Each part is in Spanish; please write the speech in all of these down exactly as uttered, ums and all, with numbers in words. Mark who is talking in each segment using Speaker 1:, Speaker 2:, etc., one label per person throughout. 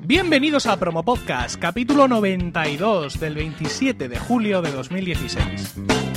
Speaker 1: Bienvenidos a Promo Podcast, capítulo noventa y dos del veintisiete de julio de dos mil dieciséis.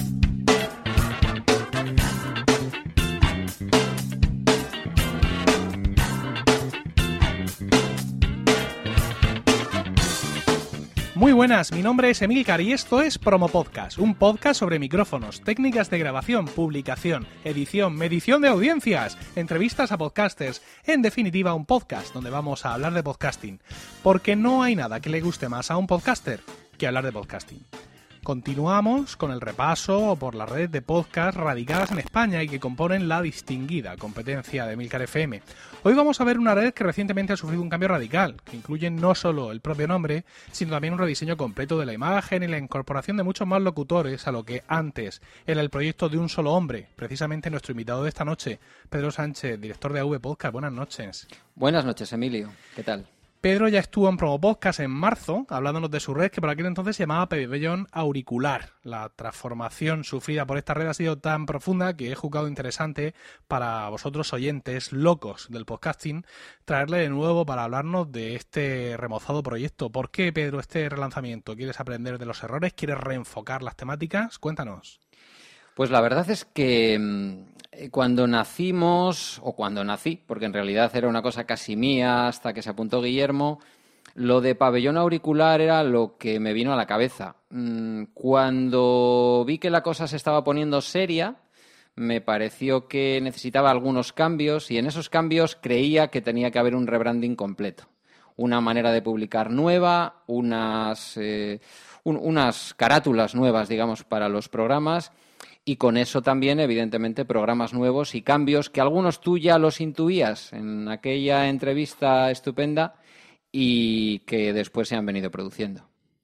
Speaker 1: Muy buenas, mi nombre es Emilcar y esto es Promo Podcast, un podcast sobre micrófonos, técnicas de grabación, publicación, edición, medición de audiencias, entrevistas a podcasters, en definitiva un podcast donde vamos a hablar de podcasting, porque no hay nada que le guste más a un podcaster que hablar de podcasting. Continuamos con el repaso por la red de podcasts radicadas en España y que componen la distinguida competencia de Emilcar F M. Hoy vamos a ver una red que recientemente ha sufrido un cambio radical, que incluye no solo el propio nombre, sino también un rediseño completo de la imagen y la incorporación de muchos más locutores a lo que antes era el proyecto de un solo hombre. Precisamente nuestro invitado de esta noche, Pedro Sánchez, director de A V Podcast. Buenas noches.
Speaker 2: Buenas noches, Emilio. ¿Qué tal?
Speaker 1: Pedro ya estuvo en Promo Podcast en marzo, hablándonos de su red, que por aquel entonces se llamaba Pabellón Auricular. La transformación sufrida por esta red ha sido tan profunda que he juzgado interesante para vosotros oyentes locos del podcasting traerle de nuevo para hablarnos de este remozado proyecto. ¿Por qué, Pedro, este relanzamiento? ¿Quieres aprender de los errores? ¿Quieres reenfocar las temáticas? Cuéntanos.
Speaker 2: Pues la verdad es que cuando nacimos, o cuando nací, porque en realidad era una cosa casi mía hasta que se apuntó Guillermo, lo de Pabellón Auricular era lo que me vino a la cabeza. Cuando vi que la cosa se estaba poniendo seria, me pareció que necesitaba algunos cambios y en esos cambios creía que tenía que haber un rebranding completo. Una manera de publicar nueva, unas, eh, un, unas carátulas nuevas, digamos, para los programas. Y con eso también, evidentemente, programas nuevos y cambios que algunos tú ya los intuías en aquella entrevista estupenda y que después se han venido produciendo.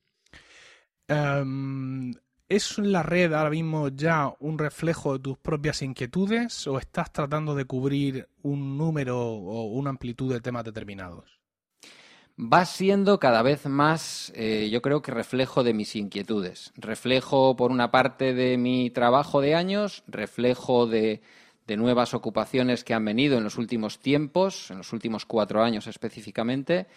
Speaker 1: Um, ¿Es la red ahora mismo ya un reflejo de tus propias inquietudes o estás tratando de cubrir un número o una amplitud de temas determinados?
Speaker 2: Va siendo cada vez más, eh, yo creo que reflejo de mis inquietudes. Reflejo, por una parte, de mi trabajo de años, reflejo de, de nuevas ocupaciones que han venido en los últimos tiempos, en los últimos cuatro años específicamente,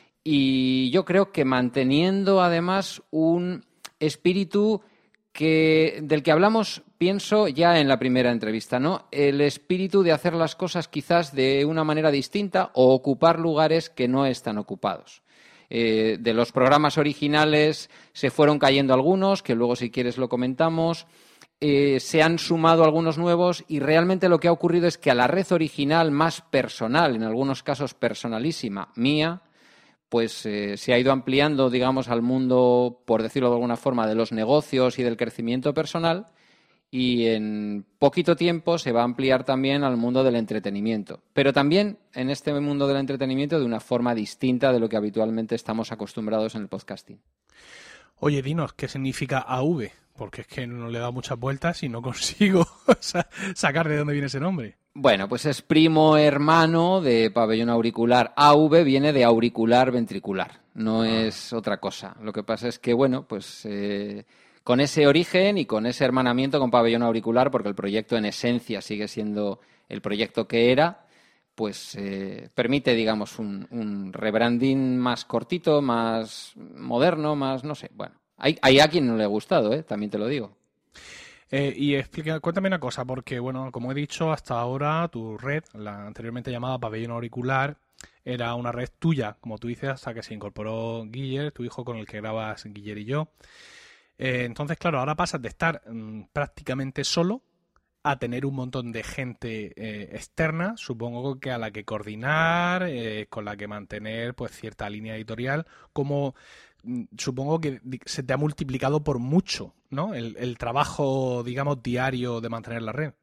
Speaker 2: y yo creo que manteniendo, además, un espíritu que del que hablamos, pienso, ya en la primera entrevista, ¿no? El espíritu de hacer las cosas quizás de una manera distinta o ocupar lugares que no están ocupados. Eh, de los programas originales se fueron cayendo algunos, que luego si quieres lo comentamos, eh, se han sumado algunos nuevos y realmente lo que ha ocurrido es que a la red original más personal, en algunos casos personalísima, mía, pues eh, se ha ido ampliando, digamos, al mundo, por decirlo de alguna forma, de los negocios y del crecimiento personal y en poquito tiempo se va a ampliar también al mundo del entretenimiento. Pero también en este mundo del entretenimiento de una forma distinta de lo que habitualmente estamos acostumbrados en el podcasting.
Speaker 1: Oye, dinos, ¿qué significa A V? Porque es que no le he dado muchas vueltas y no consigo sacar de dónde viene ese nombre.
Speaker 2: Bueno, pues es primo hermano de Pabellón Auricular. A V viene de auricular ventricular, no ah. es otra cosa. Lo que pasa es que, bueno, pues eh, con ese origen y con ese hermanamiento con Pabellón Auricular, porque el proyecto en esencia sigue siendo el proyecto que era, pues eh, permite, digamos, un, un rebranding más cortito, más moderno, más, no sé, bueno. Hay, hay a quien no le ha gustado, ¿eh? También te lo digo.
Speaker 1: Eh, y explica, cuéntame una cosa, porque, bueno, como he dicho, hasta ahora tu red, la anteriormente llamada Pabellón Auricular, era una red tuya, como tú dices, hasta que se incorporó Guiller, tu hijo con el que grabas Guiller y yo. Eh, entonces, claro, ahora pasas de estar mmm, prácticamente solo a tener un montón de gente eh, externa, supongo que a la que coordinar, eh, con la que mantener pues cierta línea editorial, como supongo que se te ha multiplicado por mucho, ¿no? El, el trabajo, digamos, diario de mantener la red.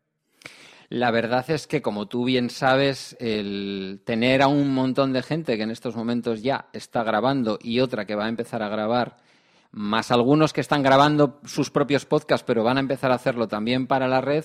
Speaker 2: La verdad es que, como tú bien sabes, el tener a un montón de gente que en estos momentos ya está grabando y otra que va a empezar a grabar, más algunos que están grabando sus propios podcasts, pero van a empezar a hacerlo también para la red,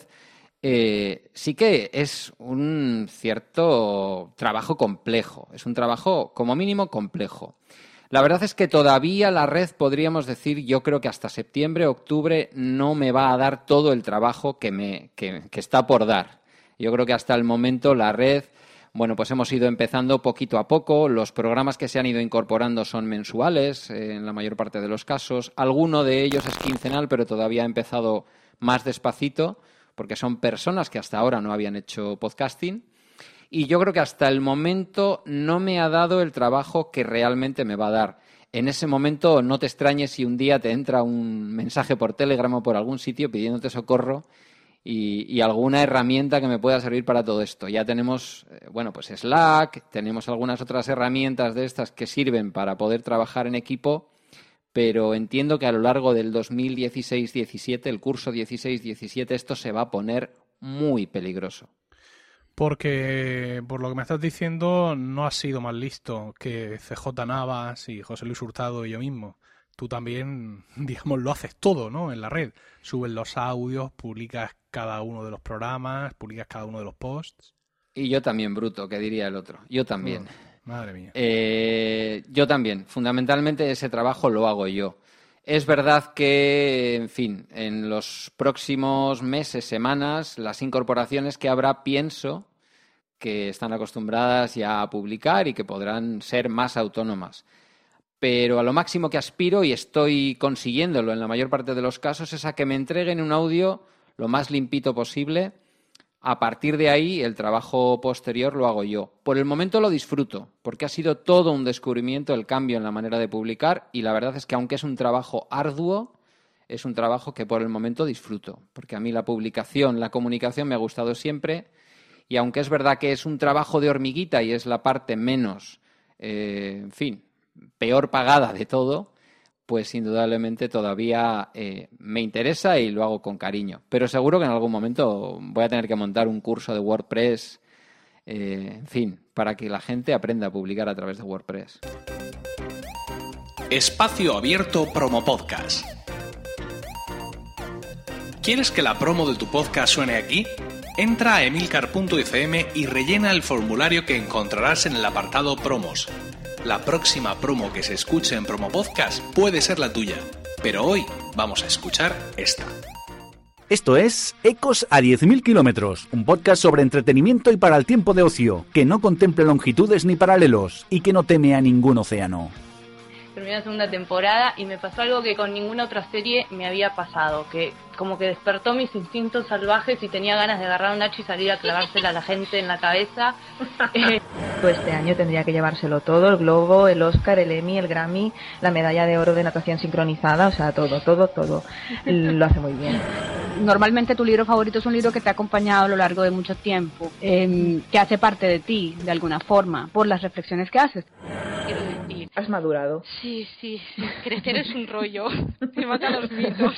Speaker 2: eh, sí que es un cierto trabajo complejo. Es un trabajo, como mínimo, complejo. La verdad es que todavía la red, podríamos decir, yo creo que hasta septiembre, octubre, no me va a dar todo el trabajo que, me, que, que está por dar. Yo creo que hasta el momento la red, Bueno, pues hemos ido empezando poquito a poco. Los programas que se han ido incorporando son mensuales, eh, en la mayor parte de los casos. Alguno de ellos es quincenal, pero todavía ha empezado más despacito, porque son personas que hasta ahora no habían hecho podcasting. Y yo creo que hasta el momento no me ha dado el trabajo que realmente me va a dar. En ese momento no te extrañes si un día te entra un mensaje por Telegram o por algún sitio pidiéndote socorro y, y alguna herramienta que me pueda servir para todo esto. Ya tenemos, eh, bueno, pues Slack, tenemos algunas otras herramientas de estas que sirven para poder trabajar en equipo, pero entiendo que a lo largo del dos mil dieciséis diecisiete, el curso dieciséis diecisiete, esto se va a poner muy peligroso.
Speaker 1: Porque, por lo que me estás diciendo, no has sido más listo que C J Navas y José Luis Hurtado y yo mismo. Tú también, digamos, lo haces todo, ¿no? En la red. Subes los audios, publicas cada uno de los programas, publicas cada uno de los posts.
Speaker 2: Y yo también, bruto, que diría el otro. Yo también.
Speaker 1: Oh, madre mía.
Speaker 2: Eh, yo también. Fundamentalmente ese trabajo lo hago yo. Es verdad que, en fin, en los próximos meses, semanas, las incorporaciones que habrá, pienso que están acostumbradas ya a publicar y que podrán ser más autónomas. Pero a lo máximo que aspiro, y estoy consiguiéndolo en la mayor parte de los casos, es a que me entreguen un audio lo más limpito posible. A partir de ahí, el trabajo posterior lo hago yo. Por el momento lo disfruto, porque ha sido todo un descubrimiento el cambio en la manera de publicar, y la verdad es que aunque es un trabajo arduo, es un trabajo que por el momento disfruto, porque a mí la publicación, la comunicación me ha gustado siempre, y aunque es verdad que es un trabajo de hormiguita y es la parte menos, eh, en fin, peor pagada de todo, pues indudablemente todavía eh, me interesa y lo hago con cariño. Pero seguro que en algún momento voy a tener que montar un curso de WordPress, eh, en fin, para que la gente aprenda a publicar a través de WordPress.
Speaker 1: Espacio Abierto Promo Podcast. ¿Quieres que la promo de tu podcast suene aquí? Entra a emilcar punto f m y rellena el formulario que encontrarás en el apartado Promos. La próxima promo que se escuche en Promo Podcast puede ser la tuya, pero hoy vamos a escuchar esta.
Speaker 3: Esto es Ecos a diez mil kilómetros, un podcast sobre entretenimiento y para el tiempo de ocio, que no contemple longitudes ni paralelos y que no teme a ningún océano.
Speaker 4: Terminé la segunda temporada y me pasó algo que con ninguna otra serie me había pasado, que como que despertó mis instintos salvajes y tenía ganas de agarrar un hacha y salir a clavársela a la gente en la cabeza.
Speaker 5: Pues este año tendría que llevárselo todo, el Globo, el Oscar, el Emmy, el Grammy, la medalla de oro de natación sincronizada, o sea, todo, todo, todo. Lo hace muy bien.
Speaker 6: Normalmente tu libro favorito es un libro que te ha acompañado a lo largo de mucho tiempo, eh, que hace parte de ti, de alguna forma, por las reflexiones que haces.
Speaker 4: Quiero decir,
Speaker 5: ¿Has madurado?
Speaker 4: sí, sí, sí, crecer es un rollo, me matan los mitos.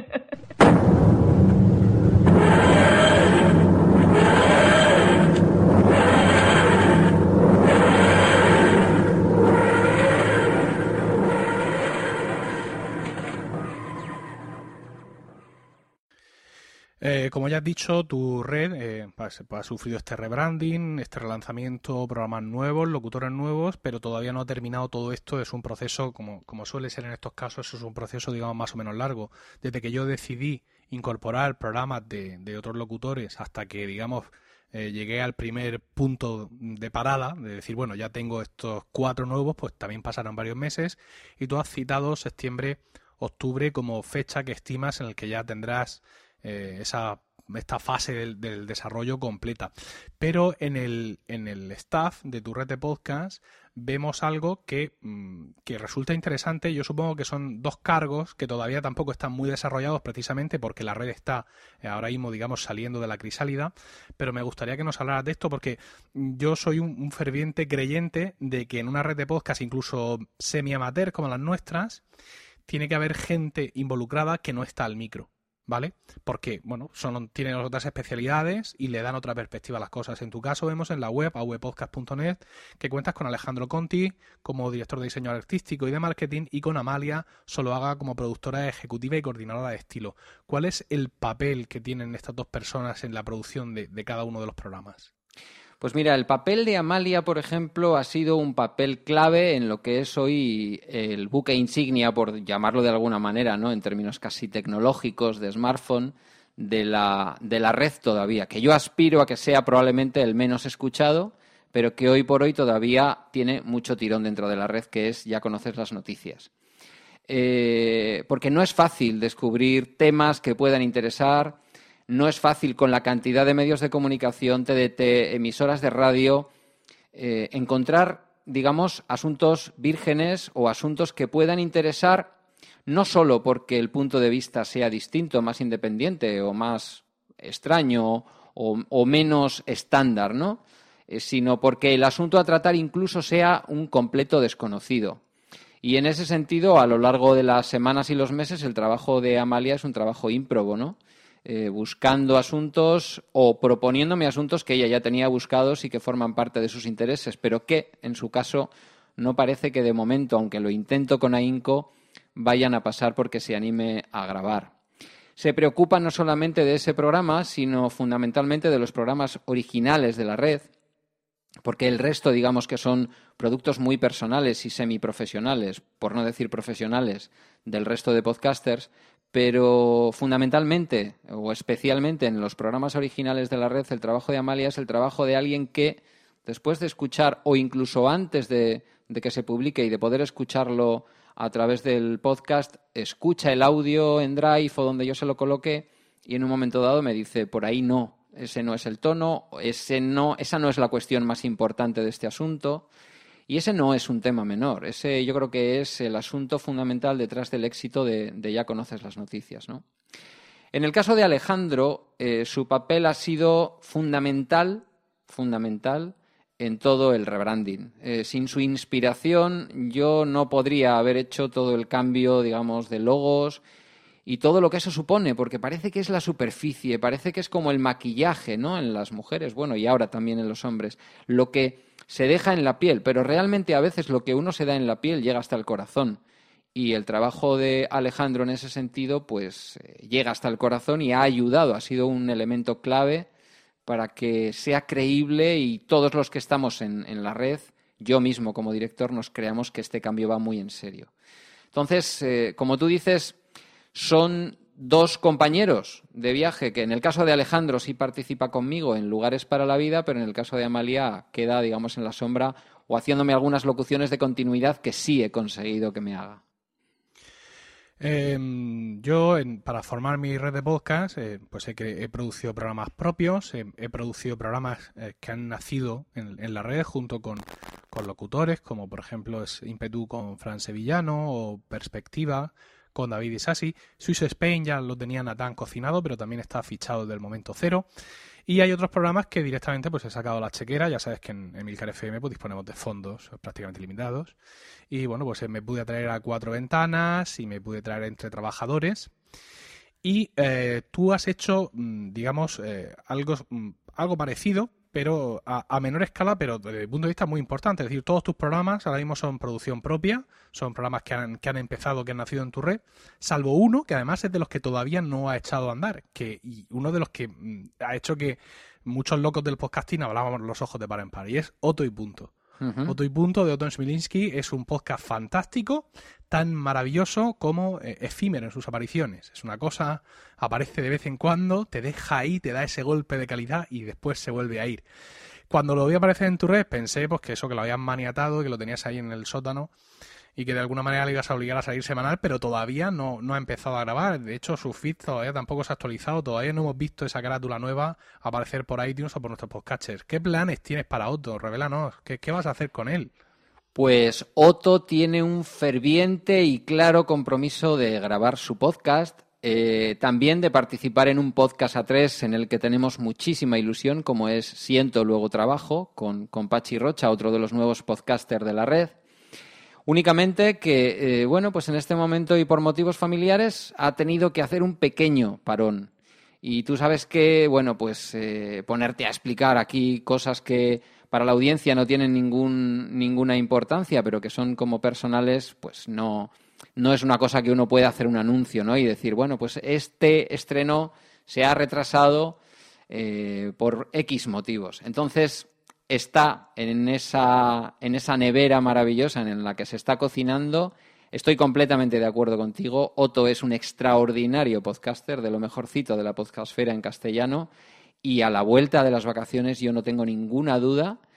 Speaker 1: Eh, como ya has dicho, tu red eh, pues, ha sufrido este rebranding, este relanzamiento, programas nuevos, locutores nuevos, pero todavía no ha terminado todo esto. Es un proceso, como, como suele ser en estos casos, es un proceso, digamos, más o menos largo. Desde que yo decidí incorporar programas de, de otros locutores hasta que, digamos, eh, llegué al primer punto de parada, de decir, bueno, ya tengo estos cuatro nuevos, pues también pasaron varios meses, y tú has citado septiembre, octubre como fecha que estimas en el que ya tendrás Eh, esa esta fase del, del desarrollo completa. Pero en el, en el staff de tu red de podcast vemos algo que, que resulta interesante. Yo supongo que son dos cargos que todavía tampoco están muy desarrollados, precisamente porque la red está ahora mismo, digamos, saliendo de la crisálida, pero me gustaría que nos hablaras de esto, porque yo soy un, un ferviente creyente de que en una red de podcast, incluso semi-amateur como las nuestras, tiene que haber gente involucrada que no está al micro, ¿vale? Porque, bueno, son, tienen otras especialidades y le dan otra perspectiva a las cosas. En tu caso vemos en la web, a web podcast punto net, que cuentas con Alejandro Conti como director de diseño artístico y de marketing, y con Amalia Soloaga como productora ejecutiva y coordinadora de estilo. ¿Cuál es el papel que tienen estas dos personas en la producción de, de cada uno de los programas?
Speaker 2: Pues mira, el papel de Amalia, por ejemplo, ha sido un papel clave en lo que es hoy el buque insignia, por llamarlo de alguna manera, ¿no?, en términos casi tecnológicos, de smartphone, de la, de la red todavía, que yo aspiro a que sea probablemente el menos escuchado, pero que hoy por hoy todavía tiene mucho tirón dentro de la red, que es Ya conoces las noticias. Eh, porque no es fácil descubrir temas que puedan interesar, no es fácil con la cantidad de medios de comunicación, T D T, emisoras de radio, eh, encontrar, digamos, asuntos vírgenes o asuntos que puedan interesar no solo porque el punto de vista sea distinto, más independiente o más extraño o, o menos estándar, ¿no? Eh, sino porque el asunto a tratar incluso sea un completo desconocido. Y en ese sentido, a lo largo de las semanas y los meses, el trabajo de Amalia es un trabajo ímprobo, ¿no? Eh, buscando asuntos o proponiéndome asuntos que ella ya tenía buscados y que forman parte de sus intereses, pero que, en su caso, no parece que de momento, aunque lo intento con ahínco, vayan a pasar porque se anime a grabar. Se preocupa no solamente de ese programa, sino fundamentalmente de los programas originales de la red, porque el resto, digamos que son productos muy personales y semiprofesionales, por no decir profesionales, del resto de podcasters, pero fundamentalmente o especialmente en los programas originales de la red, el trabajo de Amalia es el trabajo de alguien que, después de escuchar o incluso antes de, de que se publique y de poder escucharlo a través del podcast, escucha el audio en Drive o donde yo se lo coloque y en un momento dado me dice, por ahí no, ese no es el tono, ese no, esa no es la cuestión más importante de este asunto. Y ese no es un tema menor, ese yo creo que es el asunto fundamental detrás del éxito de, de Ya conoces las noticias, ¿no? En el caso de Alejandro, eh, su papel ha sido fundamental, fundamental en todo el rebranding. Eh, sin su inspiración yo no podría haber hecho todo el cambio, digamos, de logos y todo lo que eso supone, porque parece que es la superficie, parece que es como el maquillaje, ¿no? En las mujeres, bueno, y ahora también en los hombres, lo que se deja en la piel, pero realmente a veces lo que uno se da en la piel llega hasta el corazón. Y el trabajo de Alejandro en ese sentido, pues eh, llega hasta el corazón y ha ayudado, ha sido un elemento clave para que sea creíble y todos los que estamos en, en la red, yo mismo como director, nos creamos que este cambio va muy en serio. Entonces, eh, como tú dices, son dos compañeros de viaje que en el caso de Alejandro sí participa conmigo en Lugares para la Vida, pero en el caso de Amalia queda, digamos, en la sombra o haciéndome algunas locuciones de continuidad que sí he conseguido que me haga.
Speaker 1: Eh, yo, en, para formar mi red de podcast, eh, pues he, he producido programas propios, he, he producido programas eh, que han nacido en, en la red junto con, con locutores, como por ejemplo es Impetu con Fran Sevillano o Perspectiva con David Isasi. Swiss Spain ya lo tenía Natán cocinado, pero también está fichado desde el momento cero. Y hay otros programas que directamente pues he sacado la chequera. Ya sabes que en Emilcar F M pues disponemos de fondos prácticamente limitados. Y bueno, pues me pude traer a Cuatro Ventanas y me pude traer Entre Trabajadores. Y eh, tú has hecho, digamos, eh, algo, algo parecido, pero a, a menor escala, pero desde el punto de vista muy importante. Es decir, todos tus programas ahora mismo son producción propia, son programas que han, que han empezado, que han nacido en tu red, salvo uno que además es de los que todavía no ha echado a andar, que y uno de los que mm, ha hecho que muchos locos del podcasting hablábamos los ojos de par en par, y es Otto y Punto. Uh-huh. Otto y Punto de Otto Smilinski es un podcast fantástico, tan maravilloso como eh, efímero en sus apariciones. Es una cosa, aparece de vez en cuando, te deja ahí, te da ese golpe de calidad y después se vuelve a ir. Cuando lo vi aparecer en tu red pensé pues que eso, que lo habías maniatado, que lo tenías ahí en el sótano y que de alguna manera le ibas a obligar a salir semanal, pero todavía no, no ha empezado a grabar. De hecho, su feed todavía tampoco se ha actualizado, todavía no hemos visto esa carátula nueva aparecer por iTunes o por nuestros podcasters. ¿Qué planes tienes para Otto? Revélanos, ¿qué, qué vas a hacer con él?
Speaker 2: Pues Otto tiene un ferviente y claro compromiso de grabar su podcast, eh, también de participar en un podcast a tres en el que tenemos muchísima ilusión, como es Siento, Luego Trabajo, con, con Pachi Rocha, otro de los nuevos podcasters de la red. Únicamente que, eh, bueno, pues en este momento y por motivos familiares ha tenido que hacer un pequeño parón. Y tú sabes que, bueno, pues eh, ponerte a explicar aquí cosas que para la audiencia no tienen ningún, ninguna importancia, pero que son como personales, pues no, no es una cosa que uno pueda hacer un anuncio, ¿no? Y decir, bueno, pues este estreno se ha retrasado eh, por X motivos. Entonces está en esa, en esa nevera maravillosa en la que se está cocinando. Estoy completamente de acuerdo contigo. Otto es un extraordinario podcaster, de lo mejorcito de la podcastfera en castellano, y a la vuelta de las vacaciones yo no tengo ninguna duda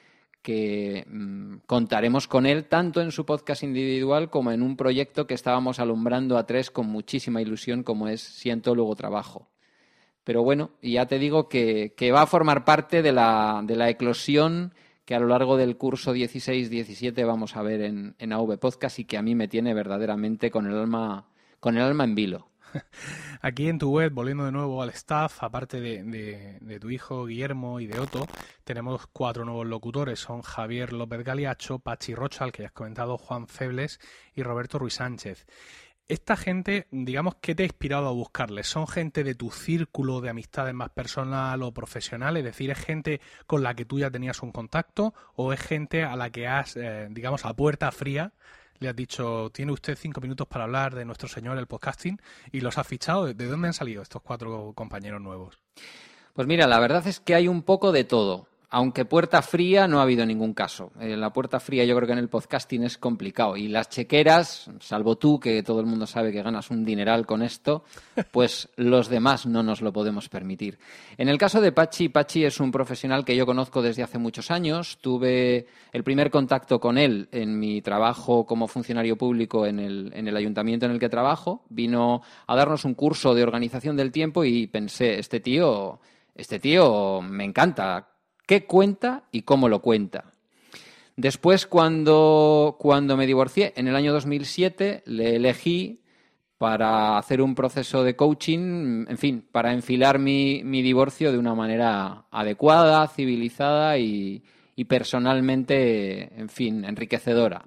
Speaker 2: que mmm, contaremos con él tanto en su podcast individual como en un proyecto que estábamos alumbrando a tres con muchísima ilusión, como es Siento, Luego Trabajo. Pero bueno, ya te digo que, que va a formar parte de la, de la eclosión que a lo largo del curso dieciséis diecisiete vamos a ver en, en A V Podcast y que a mí me tiene verdaderamente con el alma, con el alma en vilo.
Speaker 1: Aquí en tu web, volviendo de nuevo al staff, aparte de, de, de tu hijo Guillermo y de Otto, tenemos cuatro nuevos locutores. Son Javier López Galiacho, Pachi Rocha, al que ya has comentado, Juan Febles y Roberto Ruiz Sánchez. Esta gente, digamos, ¿qué te ha inspirado a buscarles? ¿Son gente de tu círculo de amistades más personal o profesional? Es decir, ¿es gente con la que tú ya tenías un contacto o es gente a la que has, eh, digamos, a puerta fría, le has dicho, tiene usted cinco minutos para hablar de nuestro señor, el podcasting, y los has fichado? ¿De dónde han salido estos cuatro compañeros nuevos?
Speaker 2: Pues mira, la verdad es que hay un poco de todo. Aunque puerta fría no ha habido ningún caso. Eh, la puerta fría yo creo que en el podcasting es complicado. Y las chequeras, salvo tú, que todo el mundo sabe que ganas un dineral con esto, pues los demás no nos lo podemos permitir. En el caso de Pachi, Pachi es un profesional que yo conozco desde hace muchos años. Tuve el primer contacto con él en mi trabajo como funcionario público en el, en el ayuntamiento en el que trabajo. Vino a darnos un curso de organización del tiempo y pensé, este tío, este tío me encanta. ¿Qué cuenta y cómo lo cuenta? Después, cuando, cuando me divorcié, en el año dos mil siete, le elegí para hacer un proceso de coaching, en fin, para enfilar mi, mi divorcio de una manera adecuada, civilizada y, y personalmente, en fin, enriquecedora.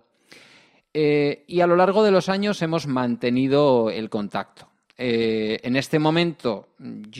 Speaker 2: Eh, y a lo largo de los años hemos mantenido el contacto. Eh, en este momento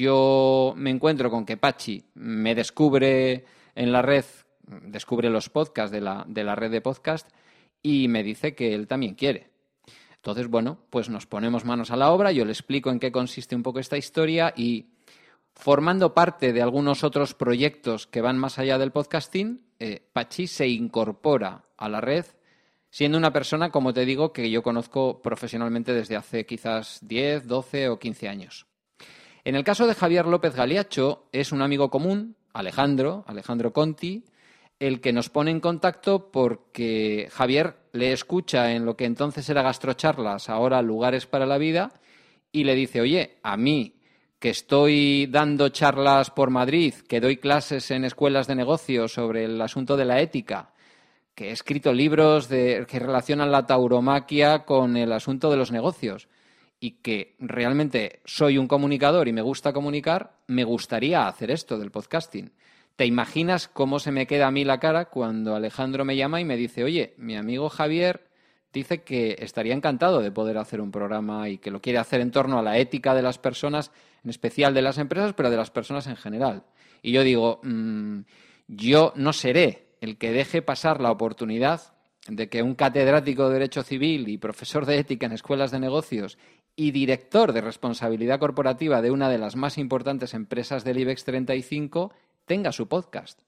Speaker 2: yo me encuentro con que Pachi me descubre en la red, descubre los podcasts de la, de la red de podcast y me dice que él también quiere. Entonces, bueno, pues nos ponemos manos a la obra, yo le explico en qué consiste un poco esta historia y formando parte de algunos otros proyectos que van más allá del podcasting, eh, Pachi se incorpora a la red siendo una persona, como te digo, que yo conozco profesionalmente desde hace quizás diez, doce o quince años. En el caso de Javier López Galiacho, es un amigo común, Alejandro, Alejandro Conti, el que nos pone en contacto porque Javier le escucha en lo que entonces era Gastrocharlas, ahora Lugares para la Vida, y le dice, oye, a mí, que estoy dando charlas por Madrid, que doy clases en escuelas de negocios sobre el asunto de la ética, que he escrito libros de, que relacionan la tauromaquia con el asunto de los negocios y que realmente soy un comunicador y me gusta comunicar, me gustaría hacer esto del podcasting. ¿Te imaginas cómo se me queda a mí la cara cuando Alejandro me llama y me dice, oye, mi amigo Javier dice que estaría encantado de poder hacer un programa y que lo quiere hacer en torno a la ética de las personas, en especial de las empresas, pero de las personas en general? Y yo digo, mmm, yo no seré el que deje pasar la oportunidad de que un catedrático de Derecho Civil y profesor de ética en escuelas de negocios y director de responsabilidad corporativa de una de las más importantes empresas del IBEX treinta y cinco tenga su podcast.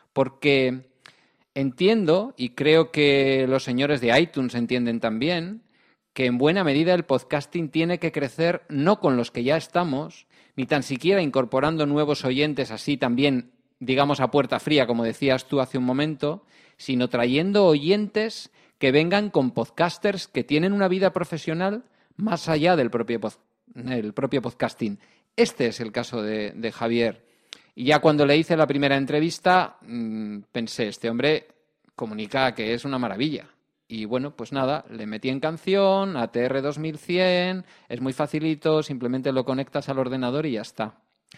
Speaker 2: Porque entiendo, y creo que los señores de iTunes entienden también, que en buena medida el podcasting tiene que crecer no con los que ya estamos, ni tan siquiera incorporando nuevos oyentes así también, digamos, a puerta fría, como decías tú hace un momento, sino trayendo oyentes que vengan con podcasters que tienen una vida profesional más allá del propio, el propio podcasting. Este es el caso de, de Javier. Y ya cuando le hice la primera entrevista, mmm, pensé, este hombre comunica que es una maravilla. Y bueno, pues nada, le metí en canción, A T R dos mil cien, es muy facilito, simplemente lo conectas al ordenador y ya está.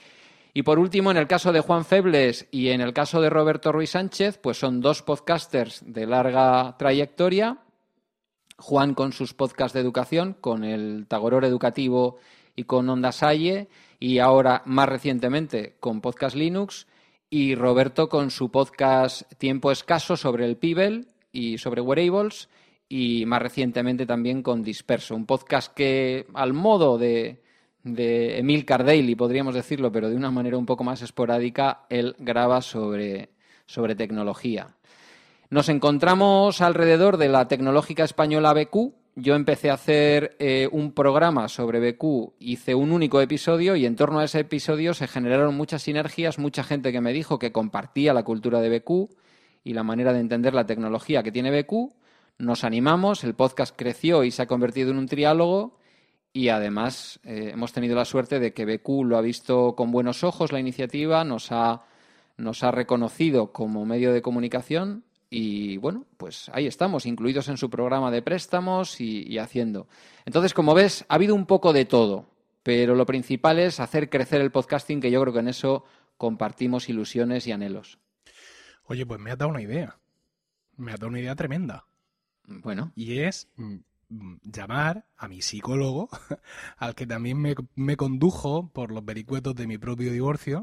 Speaker 2: Y por último, en el caso de Juan Febles y en el caso de Roberto Ruiz Sánchez, pues son dos podcasters de larga trayectoria. Juan con sus podcasts de educación, con el Tagoror Educativo y con Onda Salle, y ahora más recientemente con Podcast Linux, y Roberto con su podcast Tiempo Escaso sobre el Pibel y sobre wearables, y más recientemente también con Disperso, un podcast que al modo de... de Emilcar Daily, podríamos decirlo, pero de una manera un poco más esporádica, él graba sobre, sobre tecnología. Nos encontramos alrededor de la tecnológica española B Q. Yo empecé a hacer eh, un programa sobre B Q, hice un único episodio y en torno a ese episodio se generaron muchas sinergias, mucha gente que me dijo que compartía la cultura de B Q y la manera de entender la tecnología que tiene B Q. Nos animamos, el podcast creció y se ha convertido en un triálogo y además eh, hemos tenido la suerte de que B Q lo ha visto con buenos ojos la iniciativa, nos ha, nos ha reconocido como medio de comunicación y bueno, pues ahí estamos, incluidos en su programa de préstamos y, y haciendo. Entonces, como ves, ha habido un poco de todo, pero lo principal es hacer crecer el podcasting, que yo creo que en eso compartimos ilusiones y anhelos.
Speaker 1: Oye, pues me has dado una idea. Me has dado una idea tremenda.
Speaker 2: Bueno.
Speaker 1: Y es mm, llamar a mi psicólogo, al que también me, me condujo por los vericuetos de mi propio divorcio,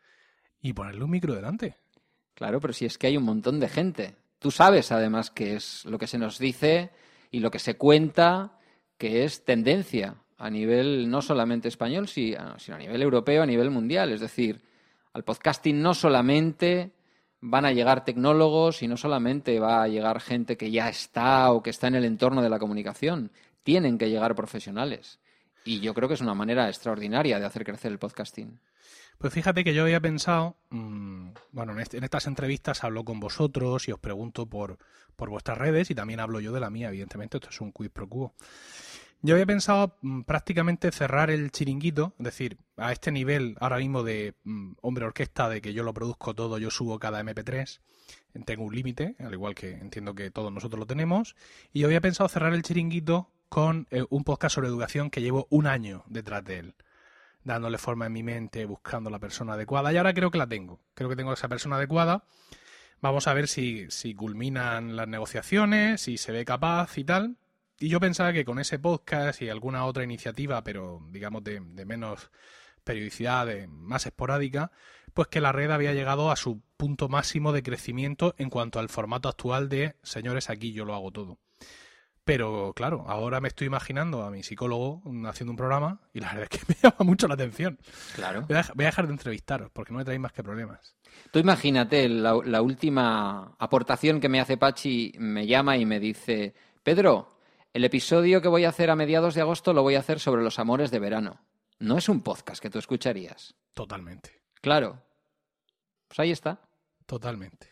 Speaker 1: y ponerle un micro delante.
Speaker 2: Claro, pero si es que hay un montón de gente. Tú sabes, además, que es lo que se nos dice y lo que se cuenta, que es tendencia a nivel no solamente español, sino a nivel europeo, a nivel mundial. Es decir, al podcasting no solamente van a llegar tecnólogos y no solamente va a llegar gente que ya está o que está en el entorno de la comunicación. Tienen que llegar profesionales. Y yo creo que es una manera extraordinaria de hacer crecer el podcasting.
Speaker 1: Pues fíjate que yo había pensado, mmm, bueno, en, este, en estas entrevistas hablo con vosotros y os pregunto por, por vuestras redes y también hablo yo de la mía, evidentemente, esto es un quiz pro quo. Yo había pensado mmm, prácticamente cerrar el chiringuito, es decir, a este nivel ahora mismo de mmm, hombre orquesta, de que yo lo produzco todo, yo subo cada eme pe tres, tengo un límite, al igual que entiendo que todos nosotros lo tenemos, y yo había pensado cerrar el chiringuito con eh, un podcast sobre educación que llevo un año detrás de él, dándole forma en mi mente, buscando la persona adecuada, y ahora creo que la tengo, creo que tengo esa persona adecuada. Vamos a ver si, si culminan las negociaciones, si se ve capaz y tal. Y yo pensaba que con ese podcast y alguna otra iniciativa, pero digamos de, de menos periodicidad, de más esporádica, pues que la red había llegado a su punto máximo de crecimiento en cuanto al formato actual de señores, aquí yo lo hago todo. Pero claro, ahora me estoy imaginando a mi psicólogo haciendo un programa y la verdad es que me llama mucho la atención.
Speaker 2: Claro.
Speaker 1: Voy a, voy a dejar de entrevistaros porque no me traéis más que problemas.
Speaker 2: Tú imagínate, la, la última aportación que me hace Pachi, me llama y me dice: Pedro, el episodio que voy a hacer a mediados de agosto lo voy a hacer sobre los amores de verano. No es un podcast que tú escucharías.
Speaker 1: Totalmente.
Speaker 2: Claro. Pues ahí está.
Speaker 1: Totalmente.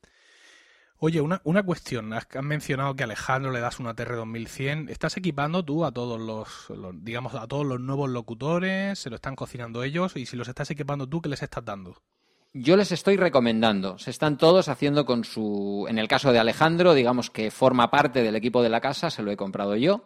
Speaker 1: Oye, una, una cuestión. Has, has mencionado que a Alejandro le das una T R dos mil cien. ¿Estás equipando tú a todos los, los, digamos, a todos los nuevos locutores? ¿Se lo están cocinando ellos? Y si los estás equipando tú, ¿qué les estás dando?
Speaker 2: Yo les estoy recomendando. Se están todos haciendo con su... En el caso de Alejandro, digamos que forma parte del equipo de la casa, se lo he comprado yo.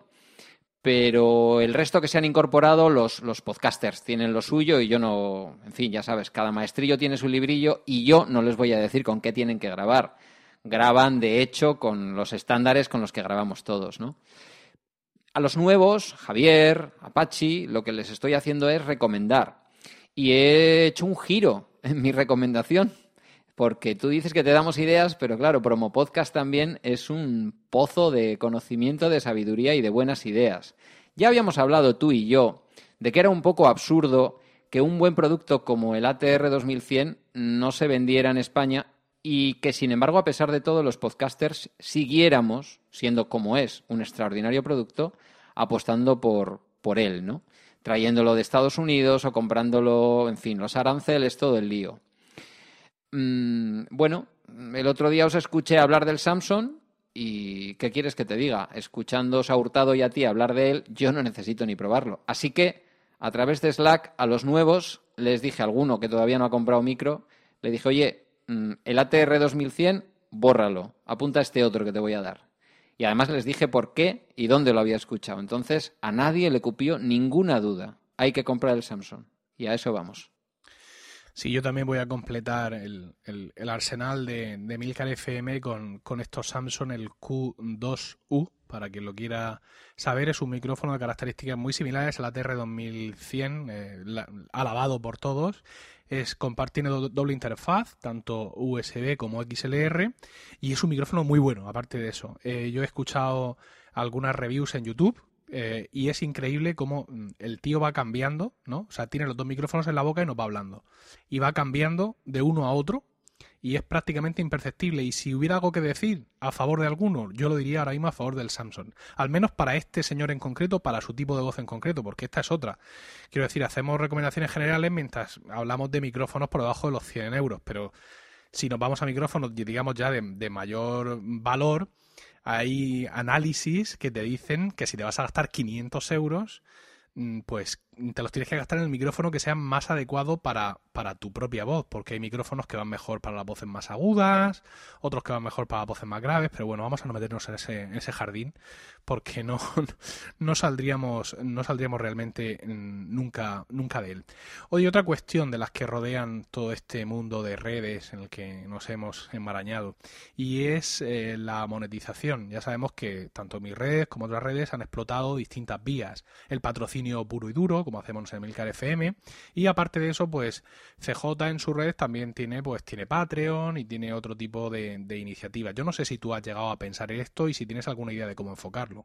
Speaker 2: Pero el resto que se han incorporado, los, los podcasters tienen lo suyo y yo no... En fin, ya sabes, cada maestrillo tiene su librillo y yo no les voy a decir con qué tienen que grabar. Graban, de hecho, con los estándares con los que grabamos todos, ¿no? A los nuevos, Javier, Apache, lo que les estoy haciendo es recomendar. Y he hecho un giro en mi recomendación, porque tú dices que te damos ideas, pero claro, Promo Podcast también es un pozo de conocimiento, de sabiduría y de buenas ideas. Ya habíamos hablado tú y yo de que era un poco absurdo que un buen producto como el A T R dos mil cien no se vendiera en España y que, sin embargo, a pesar de todo, los podcasters siguiéramos, siendo como es un extraordinario producto, apostando por, por él, ¿no? Trayéndolo de Estados Unidos o comprándolo, en fin, los aranceles, todo el lío. Mm, bueno, el otro día os escuché hablar del Samsung y ¿qué quieres que te diga? Escuchándoos a Hurtado y a ti hablar de él, yo no necesito ni probarlo. Así que, a través de Slack, a los nuevos, les dije a alguno que todavía no ha comprado micro, le dije, oye, el A T R dos mil cien, bórralo, apunta a este otro que te voy a dar. Y además les dije por qué y dónde lo había escuchado. Entonces, a nadie le cupió ninguna duda. Hay que comprar el Samsung. Y a eso vamos.
Speaker 1: Sí, yo también voy a completar el, el, el arsenal de, de Milcar F M con, con estos Samsung, el Q dos U, para quien lo quiera saber. Es un micrófono de características muy similares al A T R dos mil cien, eh, la, alabado por todos. Es, tiene doble interfaz, tanto U S B como X L R, y es un micrófono muy bueno, aparte de eso. Eh, yo he escuchado algunas reviews en YouTube eh, y es increíble cómo el tío va cambiando, ¿no? O sea, tiene los dos micrófonos en la boca y nos va hablando. Y va cambiando de uno a otro y es prácticamente imperceptible. Y si hubiera algo que decir a favor de alguno, yo lo diría ahora mismo a favor del Samsung. Al menos para este señor en concreto, para su tipo de voz en concreto, porque esta es otra. Quiero decir, hacemos recomendaciones generales mientras hablamos de micrófonos por debajo de los cien euros, pero si nos vamos a micrófonos, digamos ya de, de mayor valor, hay análisis que te dicen que si te vas a gastar quinientos euros, pues te los tienes que gastar en el micrófono que sea más adecuado para, para tu propia voz, porque hay micrófonos que van mejor para las voces más agudas, otros que van mejor para las voces más graves, pero bueno, vamos a no meternos en ese, en ese jardín, porque no, no saldríamos, no saldríamos realmente nunca, nunca de él. Oye, otra cuestión de las que rodean todo este mundo de redes en el que nos hemos enmarañado, y es eh, la monetización. Ya sabemos que tanto mis redes como otras redes han explotado distintas vías. El patrocinio puro y duro, como hacemos en Emilcar F M, y aparte de eso, pues C J en sus redes también tiene, pues tiene Patreon y tiene otro tipo de, de iniciativas. Yo no sé si tú has llegado a pensar en esto y si tienes alguna idea de cómo enfocarlo.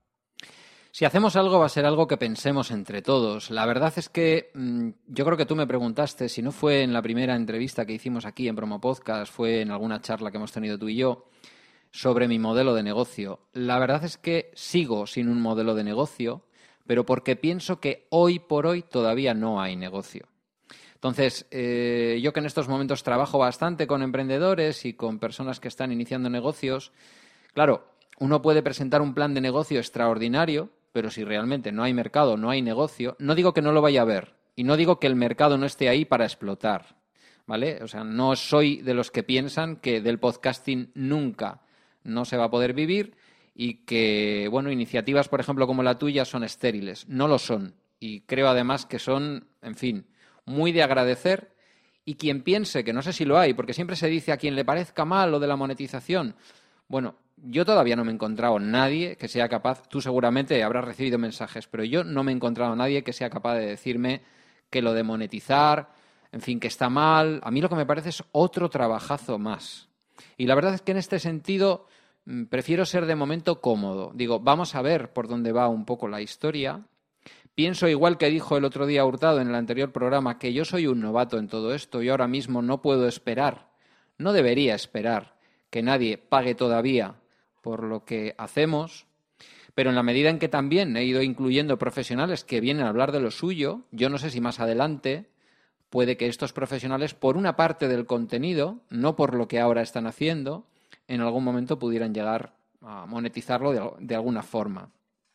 Speaker 2: Si hacemos algo, va a ser algo que pensemos entre todos. La verdad es que mmm, yo creo que tú me preguntaste, si no fue en la primera entrevista que hicimos aquí en Promo Podcast, fue en alguna charla que hemos tenido tú y yo, sobre mi modelo de negocio. La verdad es que sigo sin un modelo de negocio, pero porque pienso que hoy por hoy todavía no hay negocio. Entonces, eh, yo que en estos momentos trabajo bastante con emprendedores y con personas que están iniciando negocios, claro, uno puede presentar un plan de negocio extraordinario, pero si realmente no hay mercado, no hay negocio, no digo que no lo vaya a haber y no digo que el mercado no esté ahí para explotar, ¿vale? O sea, no soy de los que piensan que del podcasting nunca no se va a poder vivir y que, bueno, iniciativas, por ejemplo, como la tuya son estériles. No lo son. Y creo además que son, en fin, muy de agradecer. Y quien piense, que no sé si lo hay, porque siempre se dice a quien le parezca mal lo de la monetización. Bueno, yo todavía no me he encontrado nadie que sea capaz, tú seguramente habrás recibido mensajes, pero yo no me he encontrado nadie que sea capaz de decirme que lo de monetizar, en fin, que está mal. A mí lo que me parece es otro trabajazo más. Y la verdad es que en este sentido prefiero ser de momento cómodo. Digo, vamos a ver por dónde va un poco la historia. Pienso, igual que dijo el otro día Hurtado en el anterior programa, que yo soy un novato en todo esto y ahora mismo no puedo esperar, no debería esperar que nadie pague todavía por lo que hacemos, pero en la medida en que también he ido incluyendo profesionales que vienen a hablar de lo suyo, yo no sé si más adelante puede que estos profesionales, por una parte del contenido, no por lo que ahora están haciendo, en algún momento pudieran llegar a monetizarlo de, de alguna forma.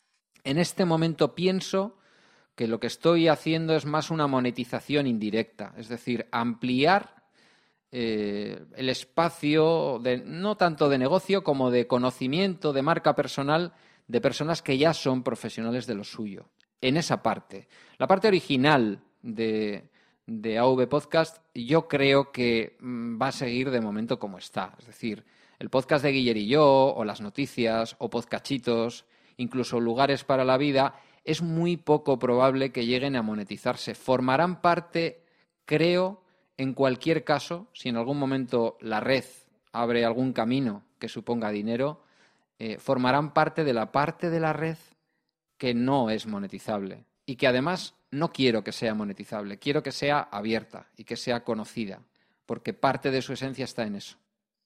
Speaker 2: En este momento pienso que lo que estoy haciendo es más una monetización indirecta, es decir, ampliar eh, el espacio, de, no tanto de negocio como de conocimiento, de marca personal, de personas que ya son profesionales de lo suyo. En esa parte. La parte original de, de A V Podcast yo creo que mm, va a seguir de momento como está, es decir, el podcast de Guiller y yo, o las noticias, o podcachitos, incluso lugares para la vida, es muy poco probable que lleguen a monetizarse. Formarán parte, creo, en cualquier caso, si en algún momento la red abre algún camino que suponga dinero, eh, formarán parte de la parte de la red que no es monetizable y que además no quiero que sea monetizable, quiero que sea abierta y que sea conocida, porque parte de su esencia está en eso.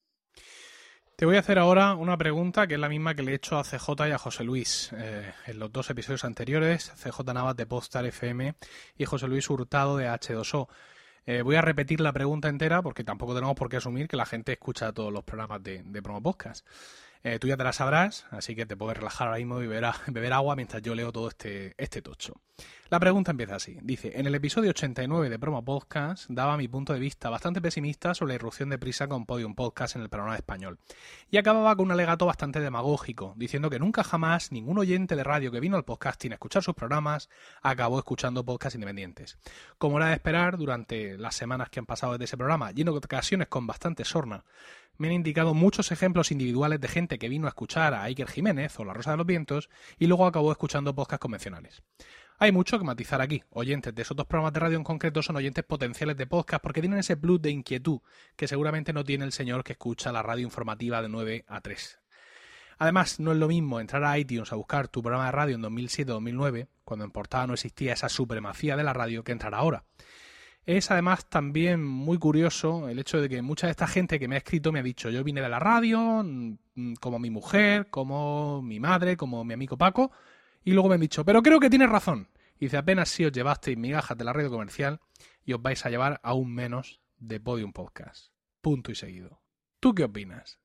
Speaker 1: Te voy a hacer ahora una pregunta que es la misma que le he hecho a C J y a José Luis eh, en los dos episodios anteriores, C J Navas de Podstar F M y José Luis Hurtado de H dos O. Eh, voy a repetir la pregunta entera porque tampoco tenemos por qué asumir que la gente escucha todos los programas de, de Promo Podcast. Eh, tú ya te la sabrás, así que te puedes relajar ahora mismo y beber, a, beber agua mientras yo leo todo este, este tocho. La pregunta empieza así. Dice, en el episodio ochenta y nueve de Promo Podcast daba mi punto de vista bastante pesimista sobre la irrupción de Prisa con Podium Podcast en el panorama español. Y acababa con un alegato bastante demagógico, diciendo que nunca jamás ningún oyente de radio que vino al podcasting a escuchar sus programas acabó escuchando podcasts independientes. Como era de esperar, durante las semanas que han pasado desde ese programa, lleno de ocasiones con bastante sorna, me han indicado muchos ejemplos individuales de gente que vino a escuchar a Iker Jiménez o La Rosa de los Vientos y luego acabó escuchando podcasts convencionales. Hay mucho que matizar aquí. Oyentes de esos dos programas de radio en concreto son oyentes potenciales de podcast porque tienen ese plus de inquietud que seguramente no tiene el señor que escucha la radio informativa de nueve a tres. Además, no es lo mismo entrar a iTunes a buscar tu programa de radio en dos mil siete o dos mil nueve, cuando en portada no existía esa supremacía de la radio, que entrar ahora. Es además también muy curioso el hecho de que mucha de esta gente que me ha escrito me ha dicho, yo vine de la radio, como mi mujer, como mi madre, como mi amigo Paco, y luego me han dicho, pero creo que tienes razón. Y dice, apenas si os llevasteis migajas de la radio comercial y os vais a llevar aún menos de Podium Podcast. Punto y seguido. ¿Tú qué opinas?